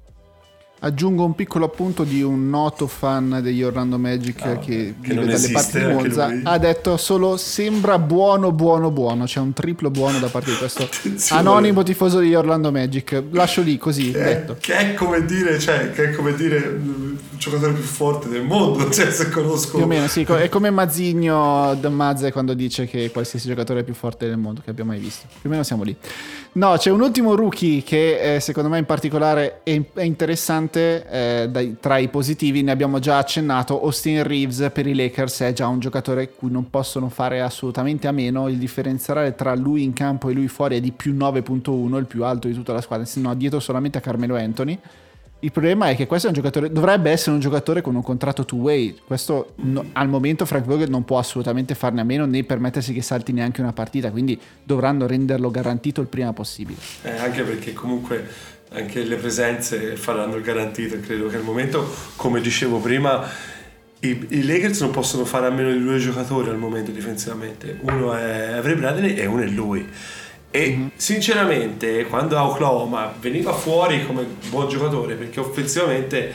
[SPEAKER 6] Aggiungo un piccolo appunto di un noto fan degli Orlando Magic ah, che, che vive dalle parti di Monza. Ha detto solo sembra buono buono buono, c'è un triplo buono da parte di questo Attenzione. Anonimo tifoso degli Orlando Magic. Lascio lì così
[SPEAKER 7] che,
[SPEAKER 6] detto.
[SPEAKER 7] Che è come dire, cioè, che è come dire il giocatore più forte del mondo, cioè, se conosco
[SPEAKER 6] più o meno sì, è come Mazzigno da Mazze quando dice che qualsiasi giocatore è più forte del mondo che abbia mai visto. Più o meno siamo lì. No, c'è un ultimo rookie che eh, secondo me in particolare è, è interessante. Eh, dai, tra i positivi ne abbiamo già accennato. Austin Reeves per i Lakers è già un giocatore cui non possono fare assolutamente a meno. Il differenziale tra lui in campo e lui fuori è di più nove virgola uno, il più alto di tutta la squadra, no, dietro solamente a Carmelo Anthony. Il problema è che questo è un giocatore, dovrebbe essere un giocatore con un contratto two way. Questo no, al momento Frank Vogel non può assolutamente farne a meno, né permettersi che salti neanche una partita, quindi dovranno renderlo garantito il prima possibile.
[SPEAKER 7] Eh, anche perché comunque anche le presenze faranno il garantito. Credo che al momento, come dicevo prima, i, i Lakers non possono fare a meno di due giocatori al momento difensivamente. Uno è Avery Bradley e uno è lui. E mm-hmm. sinceramente quando a Oklahoma veniva fuori come buon giocatore, perché offensivamente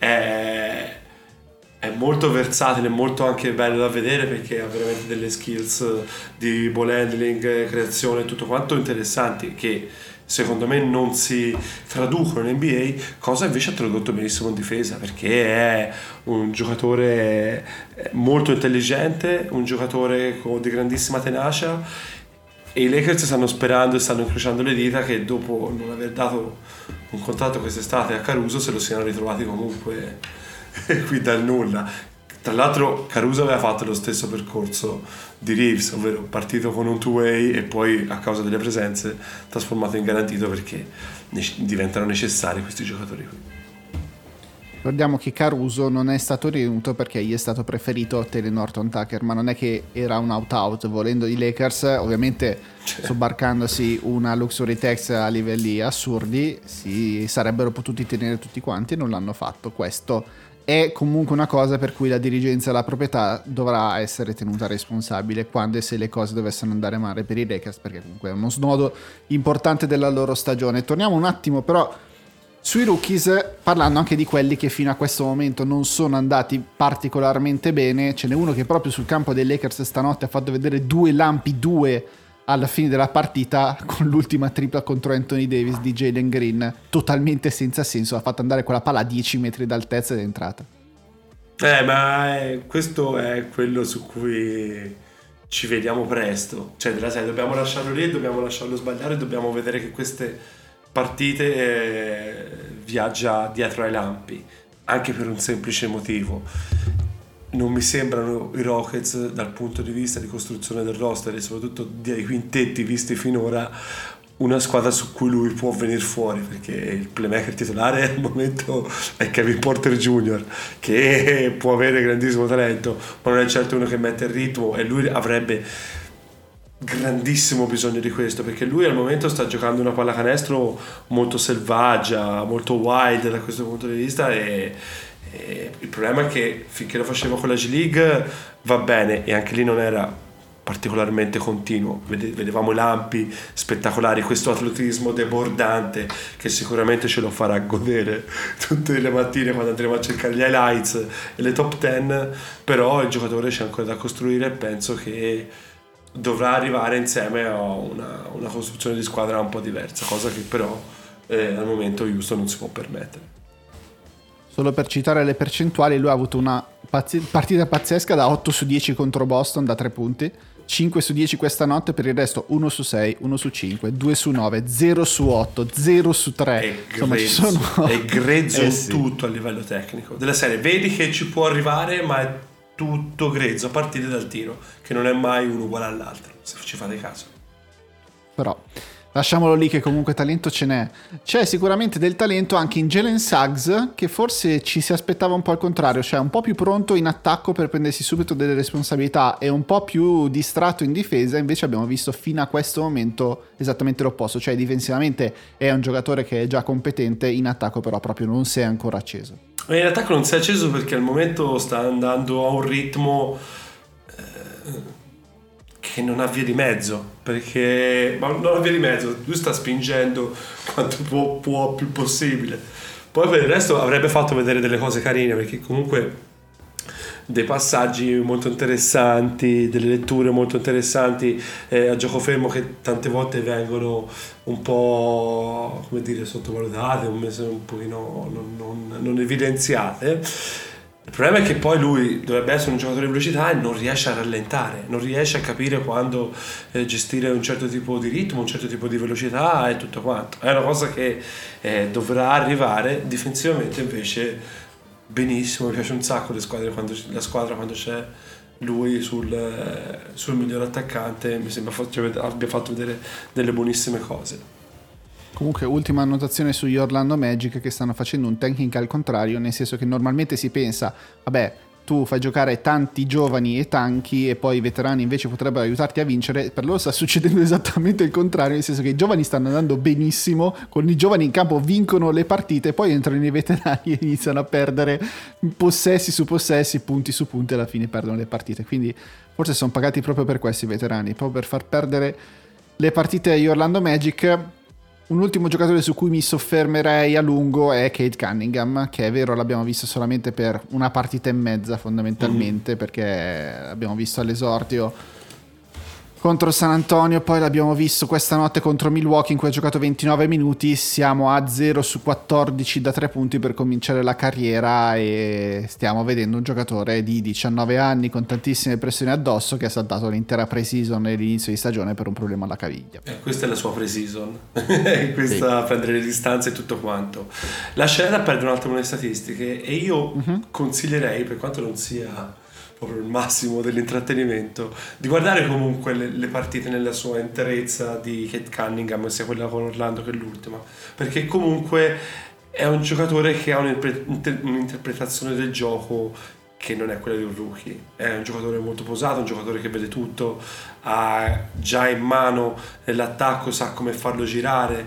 [SPEAKER 7] è, è molto versatile, molto anche bello da vedere, perché ha veramente delle skills di ball handling, creazione, tutto quanto interessanti, che secondo me non si traducono in N B A, cosa invece ha tradotto benissimo in difesa, perché è un giocatore molto intelligente, un giocatore con di grandissima tenacia, e i Lakers stanno sperando e stanno incrociando le dita che dopo non aver dato un contratto quest'estate a Caruso se lo siano ritrovati comunque qui dal nulla. Tra l'altro Caruso aveva fatto lo stesso percorso di Reeves, ovvero partito con un two-way e poi a causa delle presenze trasformato in garantito, perché ne- diventano necessari questi giocatori qui.
[SPEAKER 6] Ricordiamo che Caruso non è stato rivenuto perché gli è stato preferito Talen Horton-Tucker, ma non è che era un out-out. Volendo i Lakers, ovviamente sobbarcandosi una luxury tax a livelli assurdi, si sarebbero potuti tenere tutti quanti e non l'hanno fatto. Questo è comunque una cosa per cui la dirigenza e la proprietà dovrà essere tenuta responsabile quando e se le cose dovessero andare male per i Lakers, perché comunque è uno snodo importante della loro stagione. Torniamo un attimo però sui rookies, parlando anche di quelli che fino a questo momento non sono andati particolarmente bene. Ce n'è uno che proprio sul campo dei Lakers stanotte ha fatto vedere due lampi, due alla fine della partita, con l'ultima tripla contro Anthony Davis di Jalen Green, totalmente senza senso. Ha fatto andare quella palla a dieci metri d'altezza ed è entrata.
[SPEAKER 7] Eh, ma è, questo è quello su cui ci vediamo presto. Cioè, della serie, dobbiamo lasciarlo lì, dobbiamo lasciarlo sbagliare, dobbiamo vedere che queste partite eh, viaggia dietro ai lampi, anche per un semplice motivo: non mi sembrano i Rockets dal punto di vista di costruzione del roster e soprattutto dei quintetti visti finora una squadra su cui lui può venire fuori, perché il playmaker titolare al momento è Kevin Porter Junior, che può avere grandissimo talento ma non è certo uno che mette il ritmo, e lui avrebbe grandissimo bisogno di questo, perché lui al momento sta giocando una pallacanestro molto selvaggia, molto wild da questo punto di vista, e, e il problema è che finché lo faceva con la G League va bene, e anche lì non era particolarmente continuo, vedevamo lampi spettacolari, questo atletismo debordante che sicuramente ce lo farà godere tutte le mattine quando andremo a cercare gli highlights e le top dieci, però il giocatore c'è ancora da costruire e penso che dovrà arrivare insieme a una, una costruzione di squadra un po' diversa, cosa che però eh, al momento Houston non si può permettere.
[SPEAKER 6] Solo per citare le percentuali, lui ha avuto una pazz- partita pazzesca da otto su dieci contro Boston da tre punti, cinque su dieci questa notte, per il resto uno su sei, uno su cinque, due su nove, zero su otto, zero su tre.
[SPEAKER 7] È
[SPEAKER 6] Insomma,
[SPEAKER 7] grezzo,
[SPEAKER 6] ci sono...
[SPEAKER 7] è grezzo
[SPEAKER 6] eh sì.
[SPEAKER 7] tutto a livello tecnico della serie. Vedi che ci può arrivare, ma è tutto grezzo a partire dal tiro, che non è mai uno uguale all'altro, se ci fate caso.
[SPEAKER 6] Però lasciamolo lì, che comunque talento ce n'è. C'è sicuramente del talento anche in Jalen Suggs, che forse ci si aspettava un po' al contrario, cioè un po' più pronto in attacco per prendersi subito delle responsabilità e un po' più distratto in difesa. Invece abbiamo visto fino a questo momento esattamente l'opposto, cioè difensivamente è un giocatore che è già competente, in attacco però proprio non si è ancora acceso.
[SPEAKER 7] In attacco non si è acceso perché al momento sta andando a un ritmo eh, che non ha via di mezzo, perché ma non ha via di mezzo, lui sta spingendo quanto può, può più possibile. Poi per il resto avrebbe fatto vedere delle cose carine, perché comunque dei passaggi molto interessanti, delle letture molto interessanti eh, a gioco fermo, che tante volte vengono un po', come dire, sottovalutate, un, un pochino non, non, non evidenziate. Il problema è che poi lui dovrebbe essere un giocatore di velocità e non riesce a rallentare, non riesce a capire quando eh, gestire un certo tipo di ritmo, un certo tipo di velocità e tutto quanto. È una cosa che eh, dovrà arrivare. Difensivamente invece benissimo, mi piace un sacco le squadre quando, la squadra quando c'è lui sul, eh, sul miglior attaccante. Mi sembra cioè, abbia fatto vedere delle buonissime cose.
[SPEAKER 6] Comunque, ultima annotazione sugli Orlando Magic, che stanno facendo un tanking al contrario, nel senso che normalmente si pensa, vabbè, tu fai giocare tanti giovani e tanchi e poi i veterani invece potrebbero aiutarti a vincere. Per loro sta succedendo esattamente il contrario, nel senso che i giovani stanno andando benissimo, con i giovani in campo vincono le partite, poi entrano i veterani e iniziano a perdere possessi su possessi, punti su punti, e alla fine perdono le partite. Quindi forse sono pagati proprio per questi veterani, proprio per far perdere le partite agli Orlando Magic. Un ultimo giocatore su cui mi soffermerei a lungo è Cade Cunningham, che è vero l'abbiamo visto solamente per una partita e mezza fondamentalmente, mm-hmm. perché abbiamo visto all'esordio contro San Antonio, poi l'abbiamo visto questa notte contro Milwaukee in cui ha giocato ventinove minuti. Siamo a zero su quattordici da tre punti per cominciare la carriera e stiamo vedendo un giocatore di diciannove anni con tantissime pressioni addosso che ha saltato l'intera pre-season e l'inizio di stagione per un problema alla caviglia.
[SPEAKER 7] Eh, questa è la sua pre-season, questa sì. Prendere le distanze e tutto quanto. Lascerà perdere un'altra buone statistiche e io uh-huh. consiglierei, per quanto non sia proprio il massimo dell'intrattenimento, di guardare comunque le, le partite nella sua interezza di Cade Cunningham, sia quella con Orlando che l'ultima, perché comunque è un giocatore che ha un'interpretazione del gioco che non è quella di un rookie. È un giocatore molto posato, un giocatore che vede tutto, ha già in mano l'attacco, sa come farlo girare,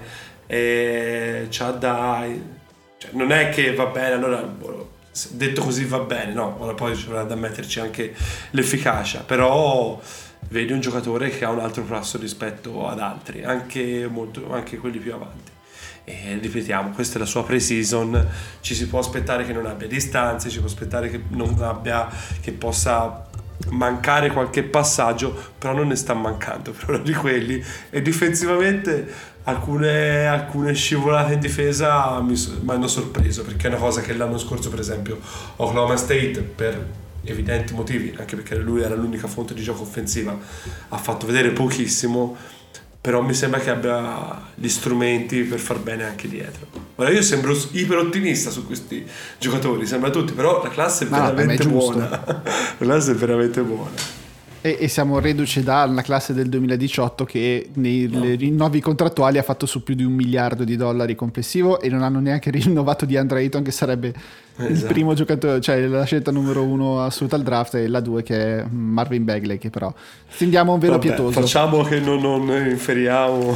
[SPEAKER 7] e c'ha da cioè, non è che va bene allora detto così va bene, no, ora poi ci vorrà da metterci anche l'efficacia, però vedi un giocatore che ha un altro passo rispetto ad altri, anche, molto, anche quelli più avanti. E ripetiamo, questa è la sua pre-season, ci si può aspettare che non abbia distanze, ci può aspettare che non abbia, che possa mancare qualche passaggio, però non ne sta mancando per ora di quelli, e difensivamente alcune, alcune scivolate in difesa mi hanno sorpreso, perché è una cosa che l'anno scorso per esempio Oklahoma State, per evidenti motivi, anche perché lui era l'unica fonte di gioco offensiva, ha fatto vedere pochissimo, però mi sembra che abbia gli strumenti per far bene anche dietro. Ora io sembro iper ottimista su questi giocatori, sembra tutti, però la classe è veramente no, buona. La classe è veramente buona.
[SPEAKER 6] E, e siamo reduci dalla classe del duemiladiciotto che nei no. rinnovi contrattuali ha fatto su più di un miliardo di dollari complessivo e non hanno neanche rinnovato di Andre Ayton, che sarebbe esatto. il primo giocatore, cioè la scelta numero uno assoluta al draft, e la due che è Marvin Bagley, che però stendiamo un velo Vabbè, pietoso.
[SPEAKER 7] Facciamo che non, non inferiamo.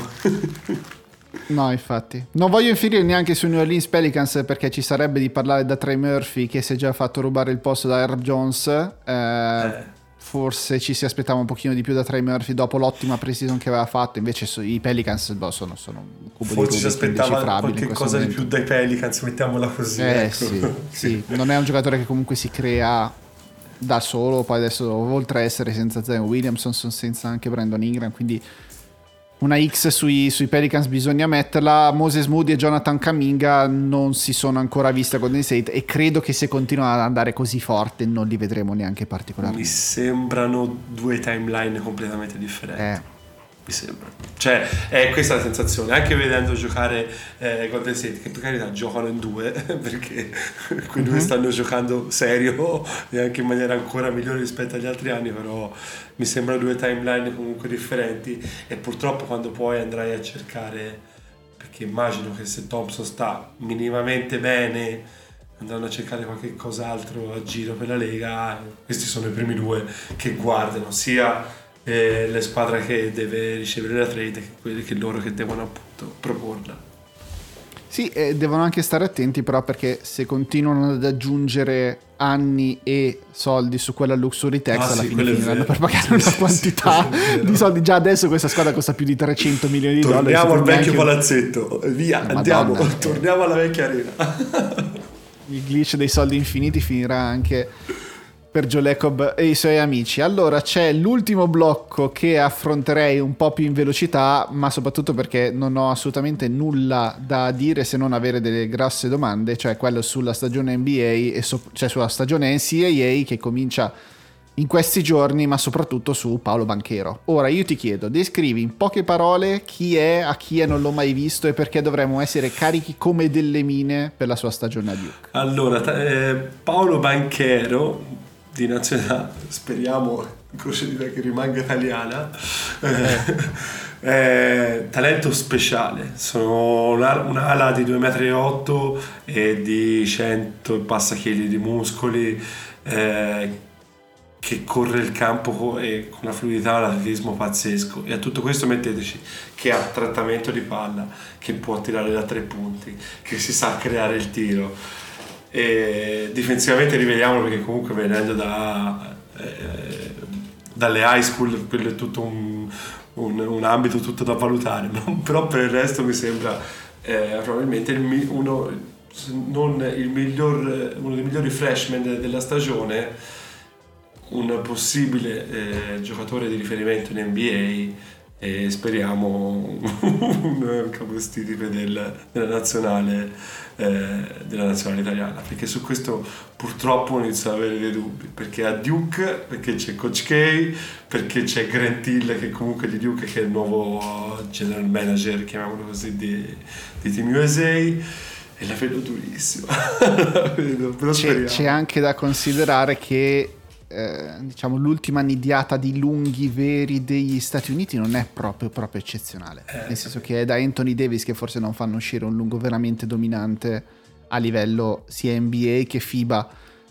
[SPEAKER 6] No, infatti non voglio inferire neanche su New Orleans Pelicans, perché ci sarebbe di parlare da Trey Murphy, che si è già fatto rubare il posto da Herb Jones. eh, eh. Forse ci si aspettava un pochino di più da Trey Murphy dopo l'ottima pre-season che aveva fatto. Invece i Pelicans boh, sono, sono un cubo
[SPEAKER 7] forse
[SPEAKER 6] di
[SPEAKER 7] ci aspettava qualche cosa momento. Di più dai Pelicans, mettiamola così.
[SPEAKER 6] Eh
[SPEAKER 7] ecco.
[SPEAKER 6] sì, sì, non è un giocatore che comunque si crea da solo. Poi adesso, oltre a essere senza Zion Williamson, sono senza anche Brandon Ingram, quindi una X sui, sui Pelicans bisogna metterla. Moses Moody e Jonathan Kuminga non si sono ancora visti a Golden State e credo che se continuano ad andare così forte non li vedremo neanche particolarmente.
[SPEAKER 7] Mi sembrano due timeline completamente differenti.
[SPEAKER 6] Eh.
[SPEAKER 7] Mi sembra, cioè è questa la sensazione, anche vedendo giocare eh, Golden State, che per carità giocano in due perché quei due mm-hmm. stanno giocando serio e anche in maniera ancora migliore rispetto agli altri anni, però mi sembrano due timeline comunque differenti e purtroppo quando poi andrai a cercare, perché immagino che se Thompson sta minimamente bene andranno a cercare qualche cos'altro a giro per la Lega, questi sono i primi due che guardano sia e le squadre che deve ricevere la trade che quelli che loro che devono appunto proporla.
[SPEAKER 6] Sì, e devono anche stare attenti però, perché se continuano ad aggiungere anni e soldi su quella luxury tax ah, alla sì, fine finiranno per pagare una sì, quantità sì, di soldi. Già adesso questa squadra costa più di trecento milioni di dollari.
[SPEAKER 7] Torniamo al vecchio neanche... palazzetto, via, Madonna, andiamo, eh. torniamo alla vecchia arena.
[SPEAKER 6] Il glitch dei soldi infiniti finirà anche per Joe Lacob e i suoi amici. Allora c'è l'ultimo blocco che affronterei un po' più in velocità, ma soprattutto perché non ho assolutamente nulla da dire se non avere delle grosse domande, cioè quello sulla stagione N B A e so- cioè sulla stagione N C A A che comincia in questi giorni, ma soprattutto su Paolo Banchero. Ora io ti chiedo, descrivi in poche parole chi è, a chi è, non l'ho mai visto e perché dovremmo essere carichi come delle mine per la sua stagione a Duke.
[SPEAKER 7] Allora, eh, Paolo Banchero di nazionalità, speriamo croce di che rimanga italiana, eh, eh, talento speciale, sono una, un'ala di due virgola otto metri e di cento e passa chili di muscoli, eh, che corre il campo con, e con una fluidità e un atletismo pazzesco, e a tutto questo metteteci che ha trattamento di palla, che può tirare da tre punti, che si sa creare il tiro. E difensivamente rivediamolo, perché comunque venendo da, eh, dalle high school quello è tutto un, un, un ambito tutto da valutare, però per il resto mi sembra eh, probabilmente il, uno, non il miglior, uno dei migliori freshman della stagione, un possibile eh, giocatore di riferimento in N B A e speriamo un capostipite del, della nazionale eh, della nazionale italiana, perché su questo purtroppo inizio ad avere dei dubbi, perché a Duke, perché c'è Coach K, perché c'è Grant Hill che comunque di Duke, che è il nuovo general manager, chiamiamolo così, di, di Team U S A, e la vedo durissima. la vedo, però
[SPEAKER 6] c'è, c'è anche da considerare che Eh, diciamo l'ultima nidiata di lunghi veri degli Stati Uniti non è proprio proprio eccezionale, eh, nel senso che è da Anthony Davis che forse non fanno uscire un lungo veramente dominante a livello sia N B A che FIBA,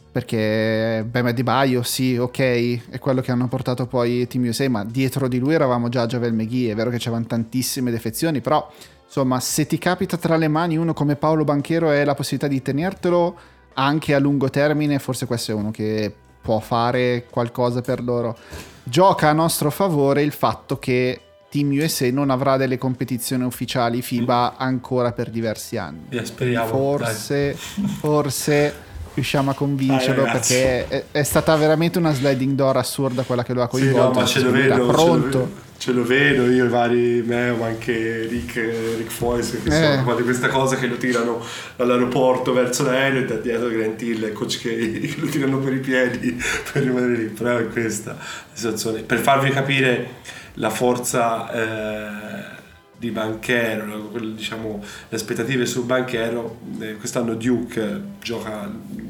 [SPEAKER 6] perché Bam Adebayo sì, ok, è quello che hanno portato poi Team U S A, ma dietro di lui eravamo già a Javel McGee. È vero che c'erano tantissime defezioni, però insomma se ti capita tra le mani uno come Paolo Banchero e la possibilità di tenertelo anche a lungo termine, forse questo è uno che può fare qualcosa per loro. Gioca a nostro favore il fatto che Team U S A non avrà delle competizioni ufficiali FIBA ancora per diversi anni.
[SPEAKER 7] Yeah, speriamo,
[SPEAKER 6] forse forse riusciamo a convincerlo, dai, perché è, è stata veramente una sliding door assurda quella che lo ha coinvolto.
[SPEAKER 7] Sì, no, ma ce lo vedo,
[SPEAKER 6] pronto.
[SPEAKER 7] Ce lo vedo io, i vari me, ma anche Rick, Rick Foyce che eh. sono questa cosa che lo tirano dall'aeroporto verso l'aereo e da dietro Grant Hill e Coach K che lo tirano per i piedi per rimanere lì. Però è questa la situazione, per farvi capire la forza eh, di Banchero, diciamo le aspettative su Banchero. Eh, quest'anno Duke gioca,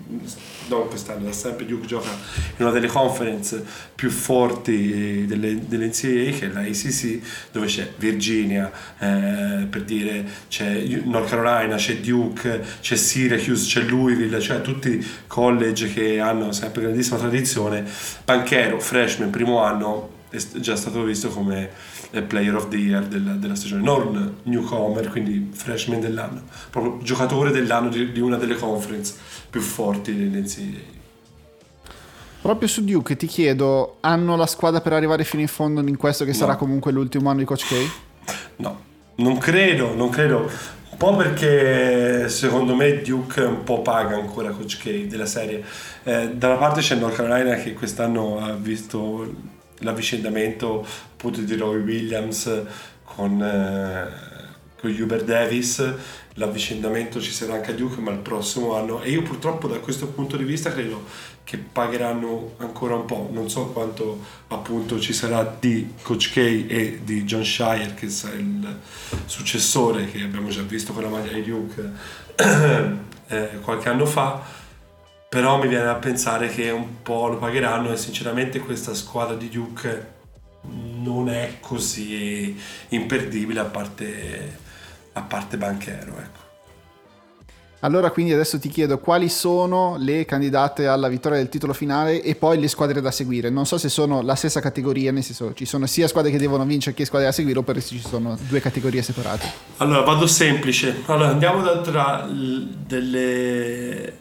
[SPEAKER 7] non quest'anno, da sempre Duke gioca in una delle conference più forti delle, delle N C A A, che è la A C C, dove c'è Virginia, eh, per dire, c'è North Carolina, c'è Duke, c'è Syracuse, c'è Louisville, cioè tutti college che hanno sempre grandissima tradizione. Banchero, freshman, primo anno, è già stato visto come player of the year della, della stagione, non newcomer, quindi freshman dell'anno, proprio giocatore dell'anno di, di una delle conference più forti dell'N C A A.
[SPEAKER 6] Proprio su Duke ti chiedo, hanno la squadra per arrivare fino in fondo in questo che no. sarà comunque l'ultimo anno di Coach K?
[SPEAKER 7] No, non credo, non credo, un po' perché secondo me Duke un po' paga ancora Coach K della serie. Eh, da una parte c'è North Carolina che quest'anno ha visto l'avvicendamento appunto di Roy Williams, con, eh, con Hubert Davis. L'avvicendamento ci sarà anche a Duke, ma il prossimo anno, e io purtroppo da questo punto di vista credo che pagheranno ancora un po'. Non so quanto appunto ci sarà di Coach K e di John Shire, che sarà il successore, che abbiamo già visto con la maglia di Duke eh, qualche anno fa, però mi viene a pensare che un po' lo pagheranno, e sinceramente questa squadra di Duke non è così imperdibile, a parte a parte Banchero, ecco.
[SPEAKER 6] Allora quindi adesso ti chiedo quali sono le candidate alla vittoria del titolo finale e poi le squadre da seguire. Non so se sono la stessa categoria, nel senso ci sono sia squadre che devono vincere che squadre da seguire, oppure se ci sono due categorie separate.
[SPEAKER 7] Allora vado semplice, allora andiamo da tra delle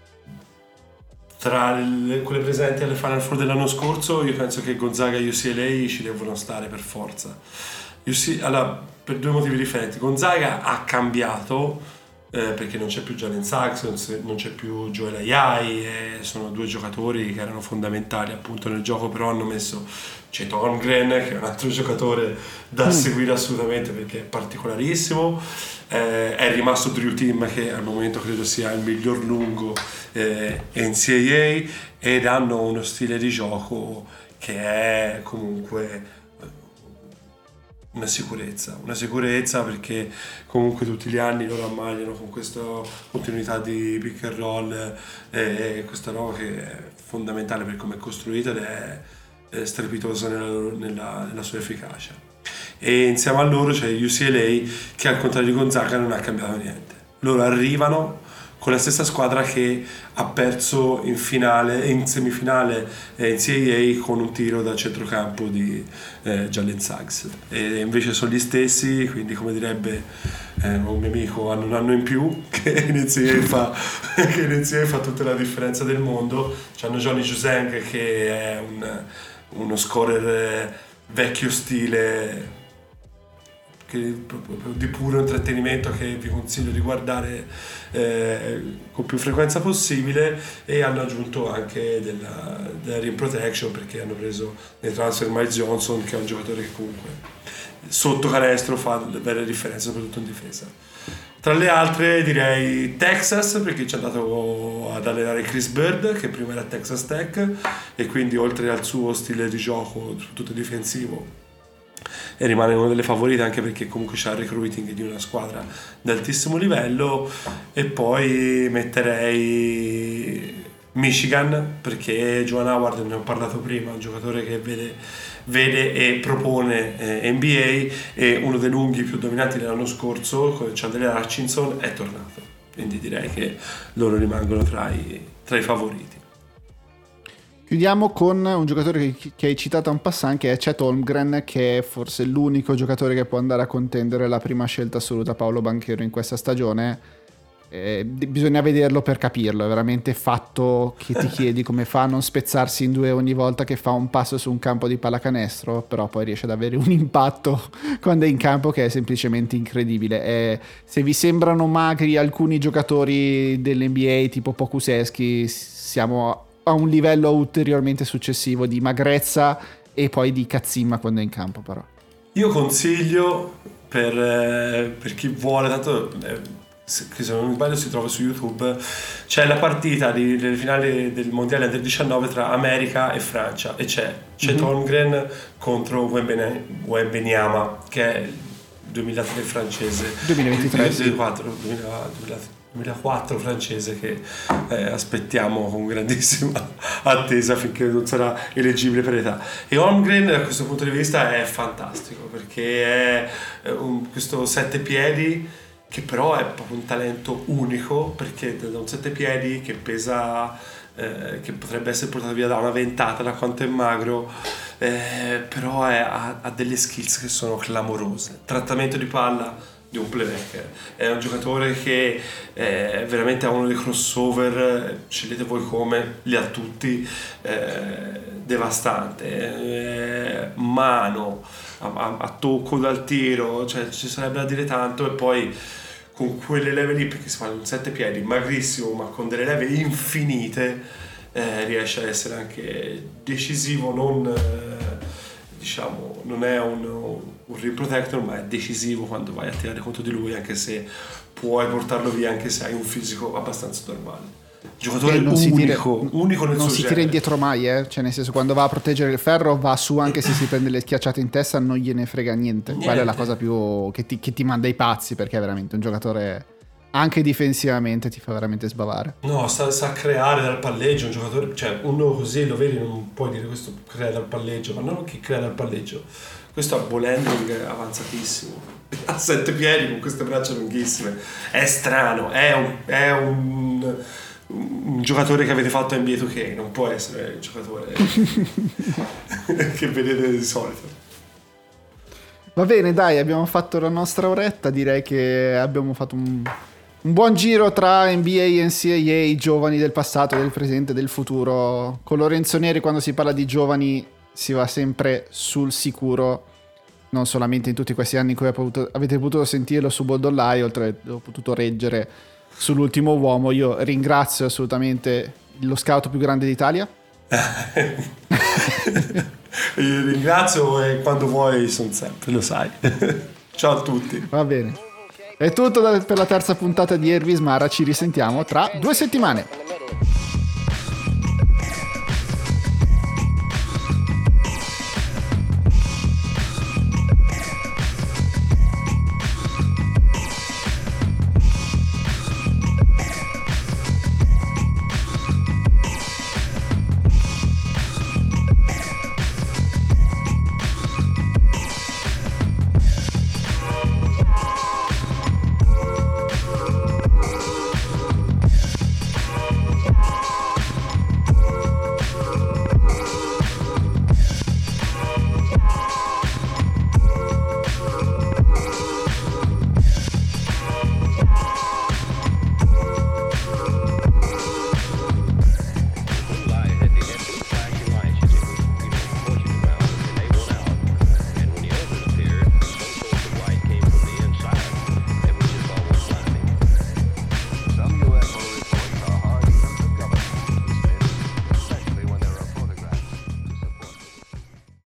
[SPEAKER 7] tra le, quelle presenti alle Final Four dell'anno scorso. Io penso che Gonzaga e U C L A ci devono stare per forza. U C, allora, per due motivi differenti. Gonzaga ha cambiato eh, perché non c'è più Jalen Suggs, non c'è più Joel Ayai, eh, sono due giocatori che erano fondamentali appunto nel gioco, però hanno messo Chet Holmgren, che è un altro giocatore da mm. seguire assolutamente perché è particolarissimo. Eh, è rimasto Drew Timm, che al momento credo sia il miglior lungo eh, N C A A, ed hanno uno stile di gioco che è comunque una sicurezza, una sicurezza perché comunque tutti gli anni loro ammagliano con questa continuità di pick and roll e questa roba che è fondamentale per come è costruita ed è, è strepitosa nella, nella, nella sua efficacia. E insieme a loro c'è U C L A, che al contrario di Gonzaga non ha cambiato niente. Loro arrivano con la stessa squadra che ha perso in finale, in semifinale N C A A con un tiro da centrocampo di eh, Jalen Suggs, e invece sono gli stessi, quindi come direbbe eh, un mio amico, hanno un anno in più, che in N C A A fa, che in N C A A fa tutta la differenza del mondo. C'hanno Johnny Juzang, che è un, uno scorer vecchio stile, che, di puro intrattenimento, che vi consiglio di guardare eh, con più frequenza possibile, e hanno aggiunto anche della, della rim protection, perché hanno preso nel transfer Miles Johnson, che è un giocatore che comunque sotto canestro fa belle differenze, soprattutto in difesa. Tra le altre direi Texas, perché ci è andato ad allenare Chris Bird, che prima era a Texas Tech, e quindi oltre al suo stile di gioco soprattutto difensivo, e rimane una delle favorite, anche perché comunque c'è il recruiting di una squadra di altissimo livello. E poi metterei Michigan, perché Joan Howard, ne ho parlato prima, un giocatore che vede, vede e propone eh, N B A, e uno dei lunghi più dominanti dell'anno scorso, come Chandler Hutchinson, è tornato, quindi direi che loro rimangono tra i, tra i favoriti.
[SPEAKER 6] Chiudiamo con un giocatore che, che hai citato en passant, che è Chet Holmgren, che è forse l'unico giocatore che può andare a contendere la prima scelta assoluta Paolo Banchero in questa stagione. Eh, bisogna vederlo per capirlo, è veramente fatto che ti chiedi come fa a non spezzarsi in due ogni volta che fa un passo su un campo di pallacanestro, però poi riesce ad avere un impatto quando è in campo che è semplicemente incredibile. Eh, se vi sembrano magri alcuni giocatori dell'N B A tipo Pokusevski, siamo a un livello ulteriormente successivo di magrezza e poi di cazzimma quando è in campo. Però
[SPEAKER 7] io consiglio per, eh, per chi vuole, tanto eh, se, se non mi sbaglio si trova su YouTube, c'è la partita di, delle finali del mondiale under diciannove tra America e Francia, e c'è Chet mm-hmm. Holmgren contro Wembanyama, che è il duemilatré francese,
[SPEAKER 6] duemilaventitré
[SPEAKER 7] duemilaquattro, duemilaquattro francese, che eh, aspettiamo con grandissima attesa finché non sarà eleggibile per età. E Holmgren da questo punto di vista è fantastico, perché è un, questo sette piedi che però è proprio un talento unico, perché da un sette piedi che pesa eh, che potrebbe essere portato via da una ventata da quanto è magro, eh, però è, ha, ha delle skills che sono clamorose. Trattamento di palla di un playmaker, è un giocatore che eh, veramente ha uno dei crossover, scegliete voi come, li ha tutti, eh, devastante, eh, mano a, a, a tocco dal tiro, cioè ci sarebbe da dire tanto. E poi con quelle leve lì, perché si fa un sette piedi magrissimo ma con delle leve infinite, eh, riesce a essere anche decisivo, non eh, diciamo, non è un, un rim protector, ma è decisivo quando vai a tirare contro di lui, anche se puoi portarlo via anche se hai un fisico abbastanza normale. Giocatore
[SPEAKER 6] non
[SPEAKER 7] unico,
[SPEAKER 6] si tira,
[SPEAKER 7] unico nel
[SPEAKER 6] non
[SPEAKER 7] suo
[SPEAKER 6] si
[SPEAKER 7] genere.
[SPEAKER 6] tira indietro mai, eh? Cioè nel senso, quando va a proteggere il ferro va su, anche se si prende le schiacciate in testa non gliene frega niente.
[SPEAKER 7] Niente.
[SPEAKER 6] Quella è la cosa più che ti, che ti manda i pazzi, perché è veramente un giocatore, anche difensivamente ti fa veramente sbavare.
[SPEAKER 7] No, sa, sa creare dal palleggio, un giocatore, cioè uno così lo vedi, non puoi dire questo crea dal palleggio, ma non che crea dal palleggio, questo ha ball handling avanzatissimo, ha sette piedi con queste braccia lunghissime, è strano, è un, è un, un giocatore che avete fatto in N B A due K, non può essere il giocatore che vedete di solito.
[SPEAKER 6] Va bene, dai, abbiamo fatto la nostra oretta, direi che abbiamo fatto un, un buon giro tra N B A e N C A A, giovani del passato, del presente, del futuro. Con Lorenzo Neri, quando si parla di giovani si va sempre sul sicuro, non solamente in tutti questi anni in cui potuto, avete potuto sentirlo su Boldolai, oltre che ho potuto reggere sull'ultimo uomo. Io ringrazio assolutamente lo scout più grande d'Italia.
[SPEAKER 7] Io ringrazio e quando vuoi sono sempre, lo sai. Ciao a tutti.
[SPEAKER 6] Va bene, è tutto da, per la terza puntata di Ervis Mara, ci risentiamo tra due settimane.